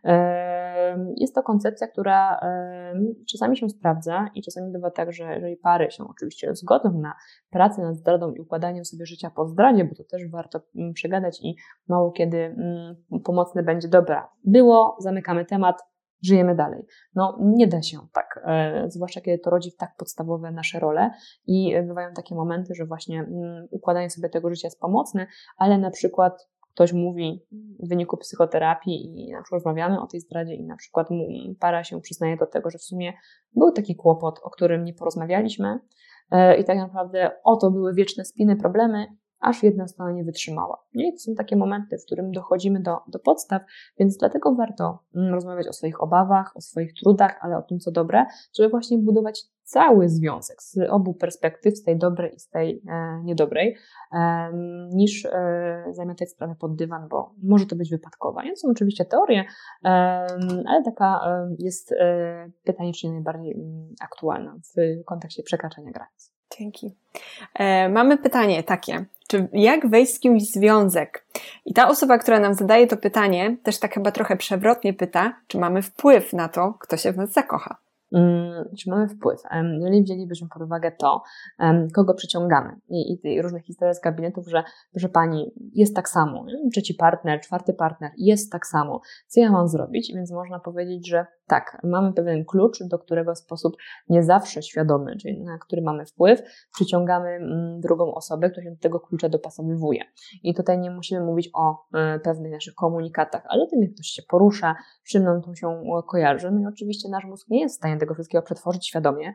Jest to koncepcja, która czasami się sprawdza i czasami bywa tak, że jeżeli pary się oczywiście zgodzą na pracę nad zdradą i układaniem sobie życia po zdradzie, bo to też warto przegadać i mało kiedy pomocne będzie, dobra, było, zamykamy temat, żyjemy dalej. No nie da się tak, e, zwłaszcza kiedy to rodzi w tak podstawowe nasze role i bywają takie momenty, że właśnie mm, układanie sobie tego życia jest pomocne, ale na przykład ktoś mówi w wyniku psychoterapii i na przykład rozmawiamy o tej zdradzie i na przykład para się przyznaje do tego, że w sumie był taki kłopot, o którym nie porozmawialiśmy e, i tak naprawdę oto były wieczne spiny, problemy, aż jedna strona nie wytrzymała. I to są takie momenty, w którym dochodzimy do, do podstaw, więc dlatego warto rozmawiać o swoich obawach, o swoich trudach, ale o tym, co dobre, żeby właśnie budować cały związek z obu perspektyw, z tej dobrej i z tej e, niedobrej, e, niż e, zamiatać sprawę pod dywan, bo może to być wypadkowa. I to są oczywiście teorie, e, ale taka e, jest e, pytanie, czy nie najbardziej m, aktualna w kontekście przekraczania granic. Dzięki. E, mamy pytanie takie, czy jak wejść z kimś w związek? I ta osoba, która nam zadaje to pytanie, też tak chyba trochę przewrotnie pyta, czy mamy wpływ na to, kto się w nas zakocha. Hmm, czy mamy wpływ? Jeżeli wzięlibyśmy pod uwagę to, kogo przyciągamy i, i, i różne historie z gabinetów, że proszę Pani, jest tak samo, trzeci partner, czwarty partner, jest tak samo, co ja mam zrobić? Więc można powiedzieć, że tak, mamy pewien klucz, do którego w sposób nie zawsze świadomy, czyli na który mamy wpływ, przyciągamy drugą osobę, która się do tego klucza dopasowywuje. I tutaj nie musimy mówić o pewnych naszych komunikatach, ale o tym, jak ktoś się porusza, czym nam to się kojarzy. No i oczywiście nasz mózg nie jest w stanie tego wszystkiego przetworzyć świadomie,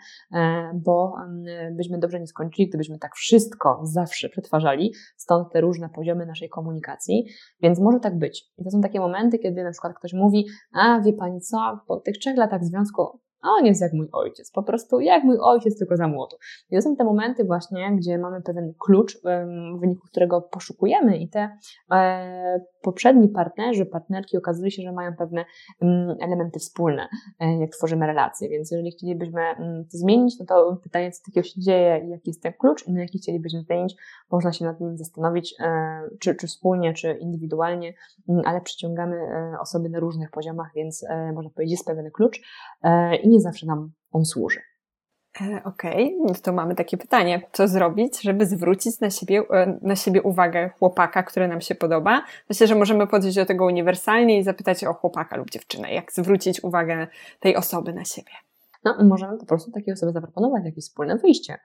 bo byśmy dobrze nie skończyli, gdybyśmy tak wszystko zawsze przetwarzali, stąd te różne poziomy naszej komunikacji, więc może tak być. I to są takie momenty, kiedy na przykład ktoś mówi, a wie Pani co, po tych trzech latach związku a on jest jak mój ojciec, po prostu jak mój ojciec, tylko za młodu. I to są te momenty właśnie, gdzie mamy pewien klucz, w wyniku którego poszukujemy i te e, poprzedni partnerzy, partnerki okazuje się, że mają pewne m, elementy wspólne, e, jak tworzymy relacje, więc jeżeli chcielibyśmy m, to zmienić, no to pytanie, co takiego się dzieje i jaki jest ten klucz, no jaki chcielibyśmy zmienić, można się nad nim zastanowić, e, czy, czy wspólnie, czy indywidualnie, m, ale przyciągamy e, osoby na różnych poziomach, więc e, można powiedzieć, jest pewien klucz e, i nie zawsze nam on służy. Okej, okay. To mamy takie pytanie. Co zrobić, żeby zwrócić na siebie, na siebie uwagę chłopaka, który nam się podoba? Myślę, że możemy podejść do tego uniwersalnie i zapytać o chłopaka lub dziewczynę. Jak zwrócić uwagę tej osoby na siebie? No, możemy po prostu takiej osobie zaproponować jakieś wspólne wyjście.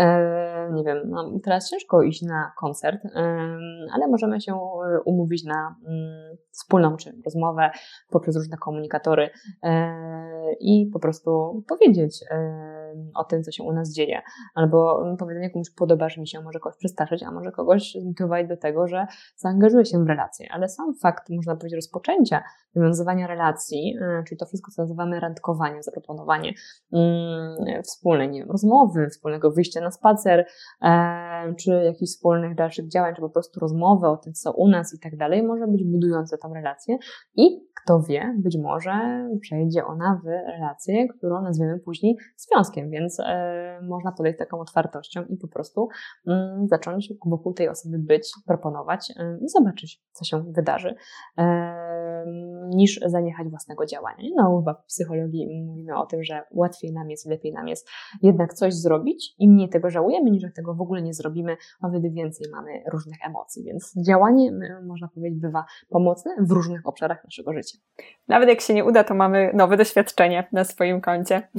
E, nie wiem, no, teraz ciężko iść na koncert, e, ale możemy się umówić na mm, wspólną czy rozmowę poprzez różne komunikatory e, i po prostu powiedzieć e, o tym, co się u nas dzieje. Albo powiedzenie komuś, podobasz mi się, może kogoś przestraszyć, a może kogoś zmotywować do tego, że zaangażuje się w relacje. Ale sam fakt, można powiedzieć, rozpoczęcia, nawiązywania relacji, e, czyli to wszystko, co nazywamy randkowaniem, zaproponowanie mm, wspólnej, nie wiem, rozmowy, wspólnego wyjścia na spacer, e, czy jakichś wspólnych dalszych działań, czy po prostu rozmowy o tym, co u nas i tak dalej, może być budujące tą relację i kto wie, być może przejdzie ona w relację, którą nazwiemy później związkiem, więc e, można podejść z taką otwartością i po prostu mm, zacząć wokół tej osoby być, proponować e, i zobaczyć, co się wydarzy, e, niż zaniechać własnego działania. No, w psychologii mówimy o tym, że łatwiej nam jest, lepiej nam jest jednak coś zrobić i mniej tego żałujemy, niż jak tego w ogóle nie zrobimy, a wtedy więcej mamy różnych emocji, więc działanie, można powiedzieć, bywa pomocne w różnych obszarach naszego życia. Nawet jak się nie uda, to mamy nowe doświadczenie na swoim koncie.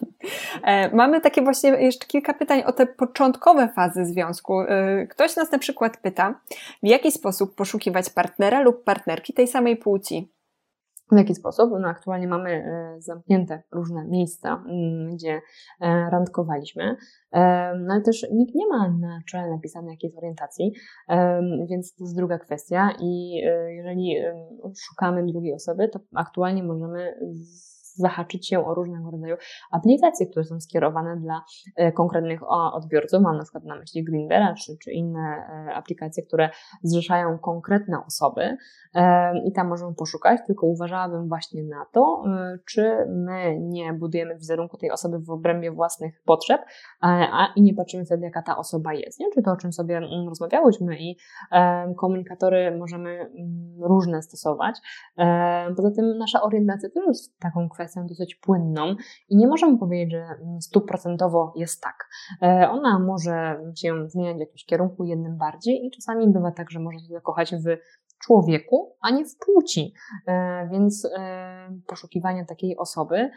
Mamy takie właśnie jeszcze kilka pytań o te początkowe fazy związku. Ktoś nas na przykład pyta, w jaki sposób poszukiwać partnera lub partnerki tej samej płci? W jaki sposób? No aktualnie mamy zamknięte różne miejsca, gdzie randkowaliśmy, no ale też nikt nie ma na czele napisanej jakiejś orientacji, więc to jest druga kwestia i jeżeli szukamy drugiej osoby, to aktualnie możemy zahaczyć się o różnego rodzaju aplikacje, które są skierowane dla konkretnych odbiorców. Mam na przykład na myśli Grindera czy, czy inne aplikacje, które zrzeszają konkretne osoby i tam możemy poszukać, tylko uważałabym właśnie na to, czy my nie budujemy wizerunku tej osoby w obrębie własnych potrzeb, a i nie patrzymy wtedy, jaka ta osoba jest. Nie? Czy to, o czym sobie rozmawiałyśmy i komunikatory możemy różne stosować. Poza tym nasza orientacja też jest taką kwestią dosyć płynną i nie możemy powiedzieć, że stuprocentowo jest tak. Ona może się zmieniać w jakimś kierunku jednym bardziej i czasami bywa tak, że można się zakochać w człowieku, a nie w płci. Więc poszukiwanie takiej osoby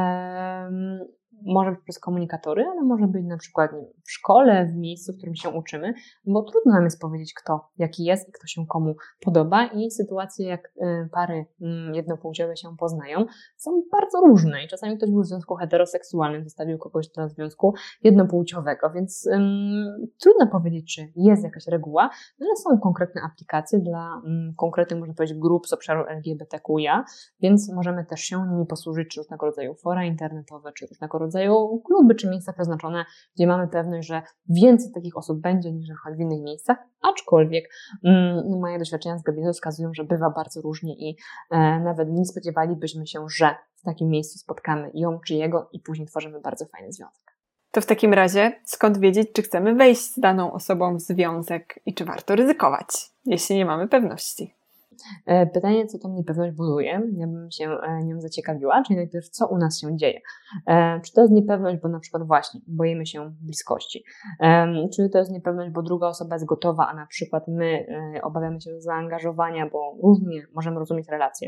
może być przez komunikatory, ale może być na przykład nie wiem, w szkole, w miejscu, w którym się uczymy, bo trudno nam jest powiedzieć, kto jaki jest i kto się komu podoba i sytuacje, jak pary jednopłciowe się poznają, są bardzo różne i czasami ktoś był w związku heteroseksualnym, zostawił kogoś do związku jednopłciowego, więc um, trudno powiedzieć, czy jest jakaś reguła, no ale są konkretne aplikacje dla um, konkretnych, można powiedzieć, grup z obszaru L G B T Q I A, więc możemy też się nimi posłużyć, czy różnego rodzaju fora internetowe, czy różnego rodzaju kluby, czy miejsca przeznaczone, gdzie mamy pewność, że więcej takich osób będzie niż na przykład w innych miejscach, aczkolwiek mm, moje doświadczenia z gabinetu wskazują, że bywa bardzo różnie i e, nawet nie spodziewalibyśmy się, że w takim miejscu spotkamy ją czy jego i później tworzymy bardzo fajny związek. To w takim razie skąd wiedzieć, czy chcemy wejść z daną osobą w związek i czy warto ryzykować, jeśli nie mamy pewności? Pytanie, co tą niepewność buduje, ja bym się nią zaciekawiła, czyli najpierw, co u nas się dzieje. Czy to jest niepewność, bo na przykład właśnie boimy się bliskości? Czy to jest niepewność, bo druga osoba jest gotowa, a na przykład my obawiamy się zaangażowania, bo różnie możemy rozumieć relacje.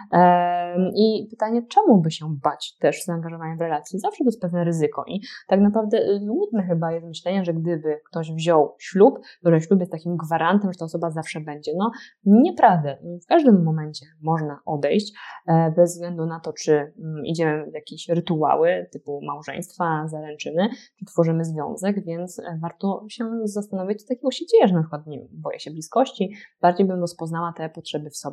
I pytanie, czemu by się bać też zaangażowania w relacje? Zawsze to jest pewne ryzyko i tak naprawdę złudne chyba jest myślenie, że gdyby ktoś wziął ślub, to ślub jest takim gwarantem, że ta osoba zawsze będzie. No, nieprawda. W każdym momencie można odejść, bez względu na to, czy idziemy w jakieś rytuały typu małżeństwa, zaręczyny, czy tworzymy związek, więc warto się zastanowić, co takiego się dzieje, że na przykład nie wiem, boję się bliskości, bardziej bym rozpoznała te potrzeby w sobie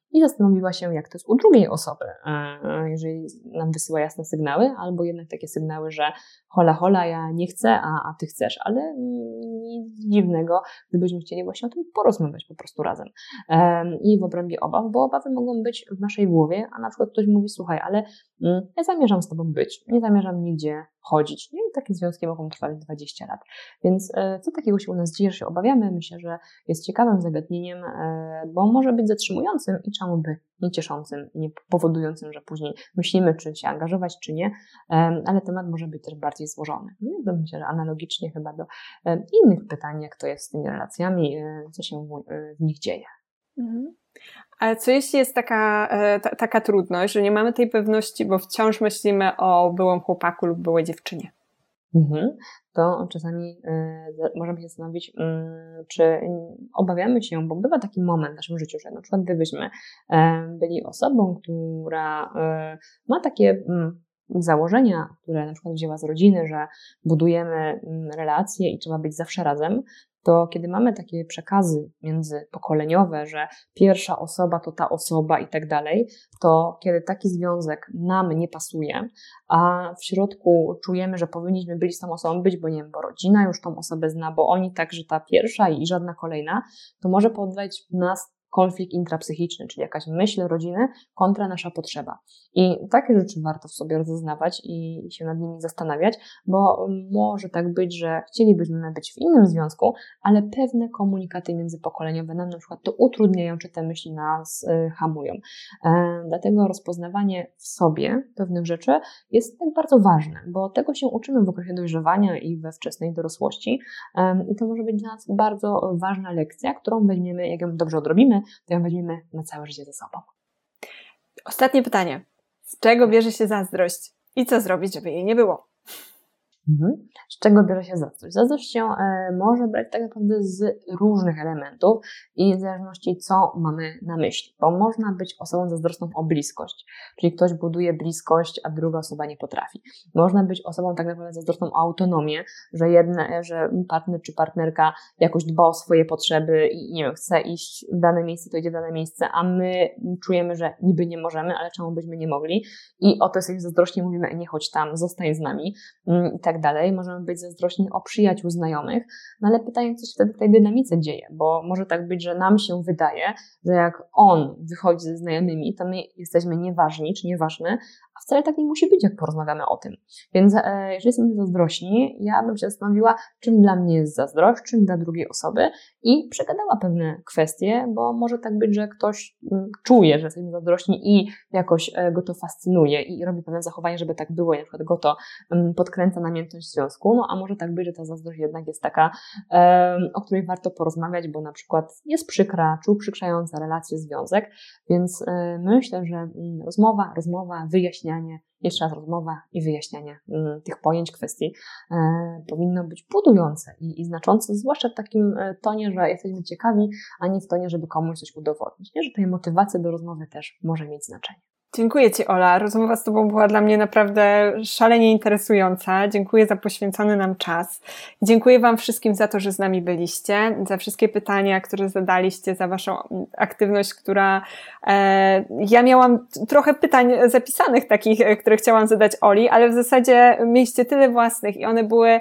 i zastanowiła się, jak to jest u drugiej osoby, jeżeli nam wysyła jasne sygnały, albo jednak takie sygnały, że hola, hola, ja nie chcę, a, a ty chcesz, ale nic dziwnego, gdybyśmy chcieli właśnie o tym porozmawiać po prostu razem. I w obrębie obaw, bo obawy mogą być w naszej głowie, a na przykład ktoś mówi, słuchaj, ale ja zamierzam z tobą być, nie zamierzam nigdzie chodzić. No i takie związki mogą trwać dwadzieścia lat. Więc co takiego się u nas dzieje, że się obawiamy? Myślę, że jest ciekawym zagadnieniem, bo może być zatrzymującym i czemu by nie cieszącym, nie powodującym, że później myślimy, czy się angażować, czy nie, ale temat może być też bardziej złożony. No, myślę, że analogicznie chyba do innych pytań, jak to jest z tymi relacjami, co się w nich dzieje. Mhm. Ale co jeśli jest taka, ta, taka trudność, że nie mamy tej pewności, bo wciąż myślimy o byłym chłopaku lub byłej dziewczynie? Mhm. To czasami y, możemy się zastanowić, y, czy obawiamy się, bo bywa taki moment w naszym życiu, że na przykład gdybyśmy y, byli osobą, która y, ma takie y, założenia, które na przykład wzięła z rodziny, że budujemy y, relacje i trzeba być zawsze razem, to kiedy mamy takie przekazy międzypokoleniowe, że pierwsza osoba to ta osoba i tak dalej, to kiedy taki związek nam nie pasuje, a w środku czujemy, że powinniśmy być z tą osobą być, bo nie wiem, bo rodzina już tą osobę zna, bo oni także ta pierwsza i żadna kolejna, to może powodować w nas konflikt intrapsychiczny, czyli jakaś myśl rodziny kontra nasza potrzeba. I takie rzeczy warto w sobie rozeznawać i się nad nimi zastanawiać, bo może tak być, że chcielibyśmy być w innym związku, ale pewne komunikaty międzypokoleniowe nam na przykład to utrudniają, czy te myśli nas y, hamują. E, dlatego rozpoznawanie w sobie pewnych rzeczy jest tak bardzo ważne, bo tego się uczymy w okresie dojrzewania i we wczesnej dorosłości e, i to może być dla nas bardzo ważna lekcja, którą weźmiemy, jak ją dobrze odrobimy, to ją weźmiemy na całe życie ze sobą. Ostatnie pytanie. Z czego bierze się zazdrość i co zrobić, żeby jej nie było? Mhm. Z czego bierze się zazdrość? Zazdrość się e, może brać tak naprawdę z różnych elementów i w zależności co mamy na myśli, bo można być osobą zazdrosną o bliskość, czyli ktoś buduje bliskość, a druga osoba nie potrafi. Można być osobą tak naprawdę zazdrosną o autonomię, że, jedne, że partner czy partnerka jakoś dba o swoje potrzeby i nie wiem, chce iść w dane miejsce, to idzie w dane miejsce, a my czujemy, że niby nie możemy, ale czemu byśmy nie mogli i o to jesteśmy zazdrośni, mówimy, nie chodź tam, zostań z nami i tak dalej. Możemy być zazdrośni o przyjaciół, znajomych, no ale pytanie, co się wtedy w tej dynamice dzieje, bo może tak być, że nam się wydaje, że jak on wychodzi ze znajomymi, to my jesteśmy nieważni czy nieważne, a wcale tak nie musi być, jak porozmawiamy o tym. Więc e, jeżeli jesteśmy zazdrośni, ja bym się zastanowiła, czym dla mnie jest zazdrość, czym dla drugiej osoby i przegadała pewne kwestie, bo może tak być, że ktoś m, czuje, że jesteśmy zazdrośni i jakoś e, go to fascynuje i robi pewne zachowanie, żeby tak było i na przykład go to m, podkręca namiętność związku, no a może tak być, że ta zazdrość jednak jest taka, e, o której warto porozmawiać, bo na przykład jest przykra czy uprzykrzająca relację, związek, więc e, myślę, że m, rozmowa, rozmowa, wyjaśnienie, jeszcze raz rozmowa i wyjaśnianie y, tych pojęć, kwestii y, powinno być budujące i, i znaczące, zwłaszcza w takim y, tonie, że jesteśmy ciekawi, a nie w tonie, żeby komuś coś udowodnić. Nie? Że tej motywacja do rozmowy też może mieć znaczenie. Dziękuję Ci, Ola. Rozmowa z Tobą była dla mnie naprawdę szalenie interesująca. Dziękuję za poświęcony nam czas. Dziękuję Wam wszystkim za to, że z nami byliście, za wszystkie pytania, które zadaliście, za Waszą aktywność, która... E, ja miałam trochę pytań zapisanych takich, które chciałam zadać Oli, ale w zasadzie mieliście tyle własnych i one były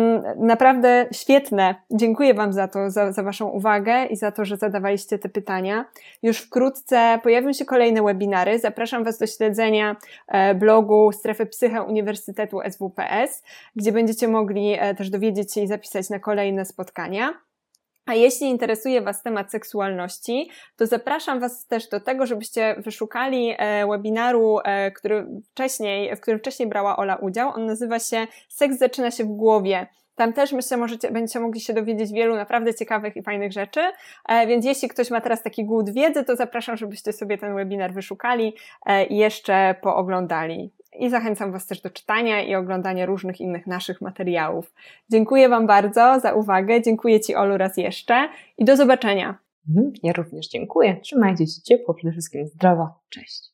naprawdę świetne. Dziękuję Wam za to, za, za Waszą uwagę i za to, że zadawaliście te pytania. Już wkrótce pojawią się kolejne webinary. Zapraszam Was do śledzenia blogu Strefy Psyche Uniwersytetu S W P S, gdzie będziecie mogli też dowiedzieć się i zapisać na kolejne spotkania. A jeśli interesuje Was temat seksualności, to zapraszam Was też do tego, żebyście wyszukali webinaru, który wcześniej, w którym wcześniej brała Ola udział. On nazywa się Seks zaczyna się w głowie. Tam też myślę, możecie, będziecie mogli się dowiedzieć wielu naprawdę ciekawych i fajnych rzeczy, więc jeśli ktoś ma teraz taki głód wiedzy, to zapraszam, żebyście sobie ten webinar wyszukali i jeszcze pooglądali. I zachęcam Was też do czytania i oglądania różnych innych naszych materiałów. Dziękuję Wam bardzo za uwagę, dziękuję Ci, Olu, raz jeszcze i do zobaczenia. Ja również dziękuję. Trzymajcie się ciepło, przede wszystkim zdrowo. Cześć.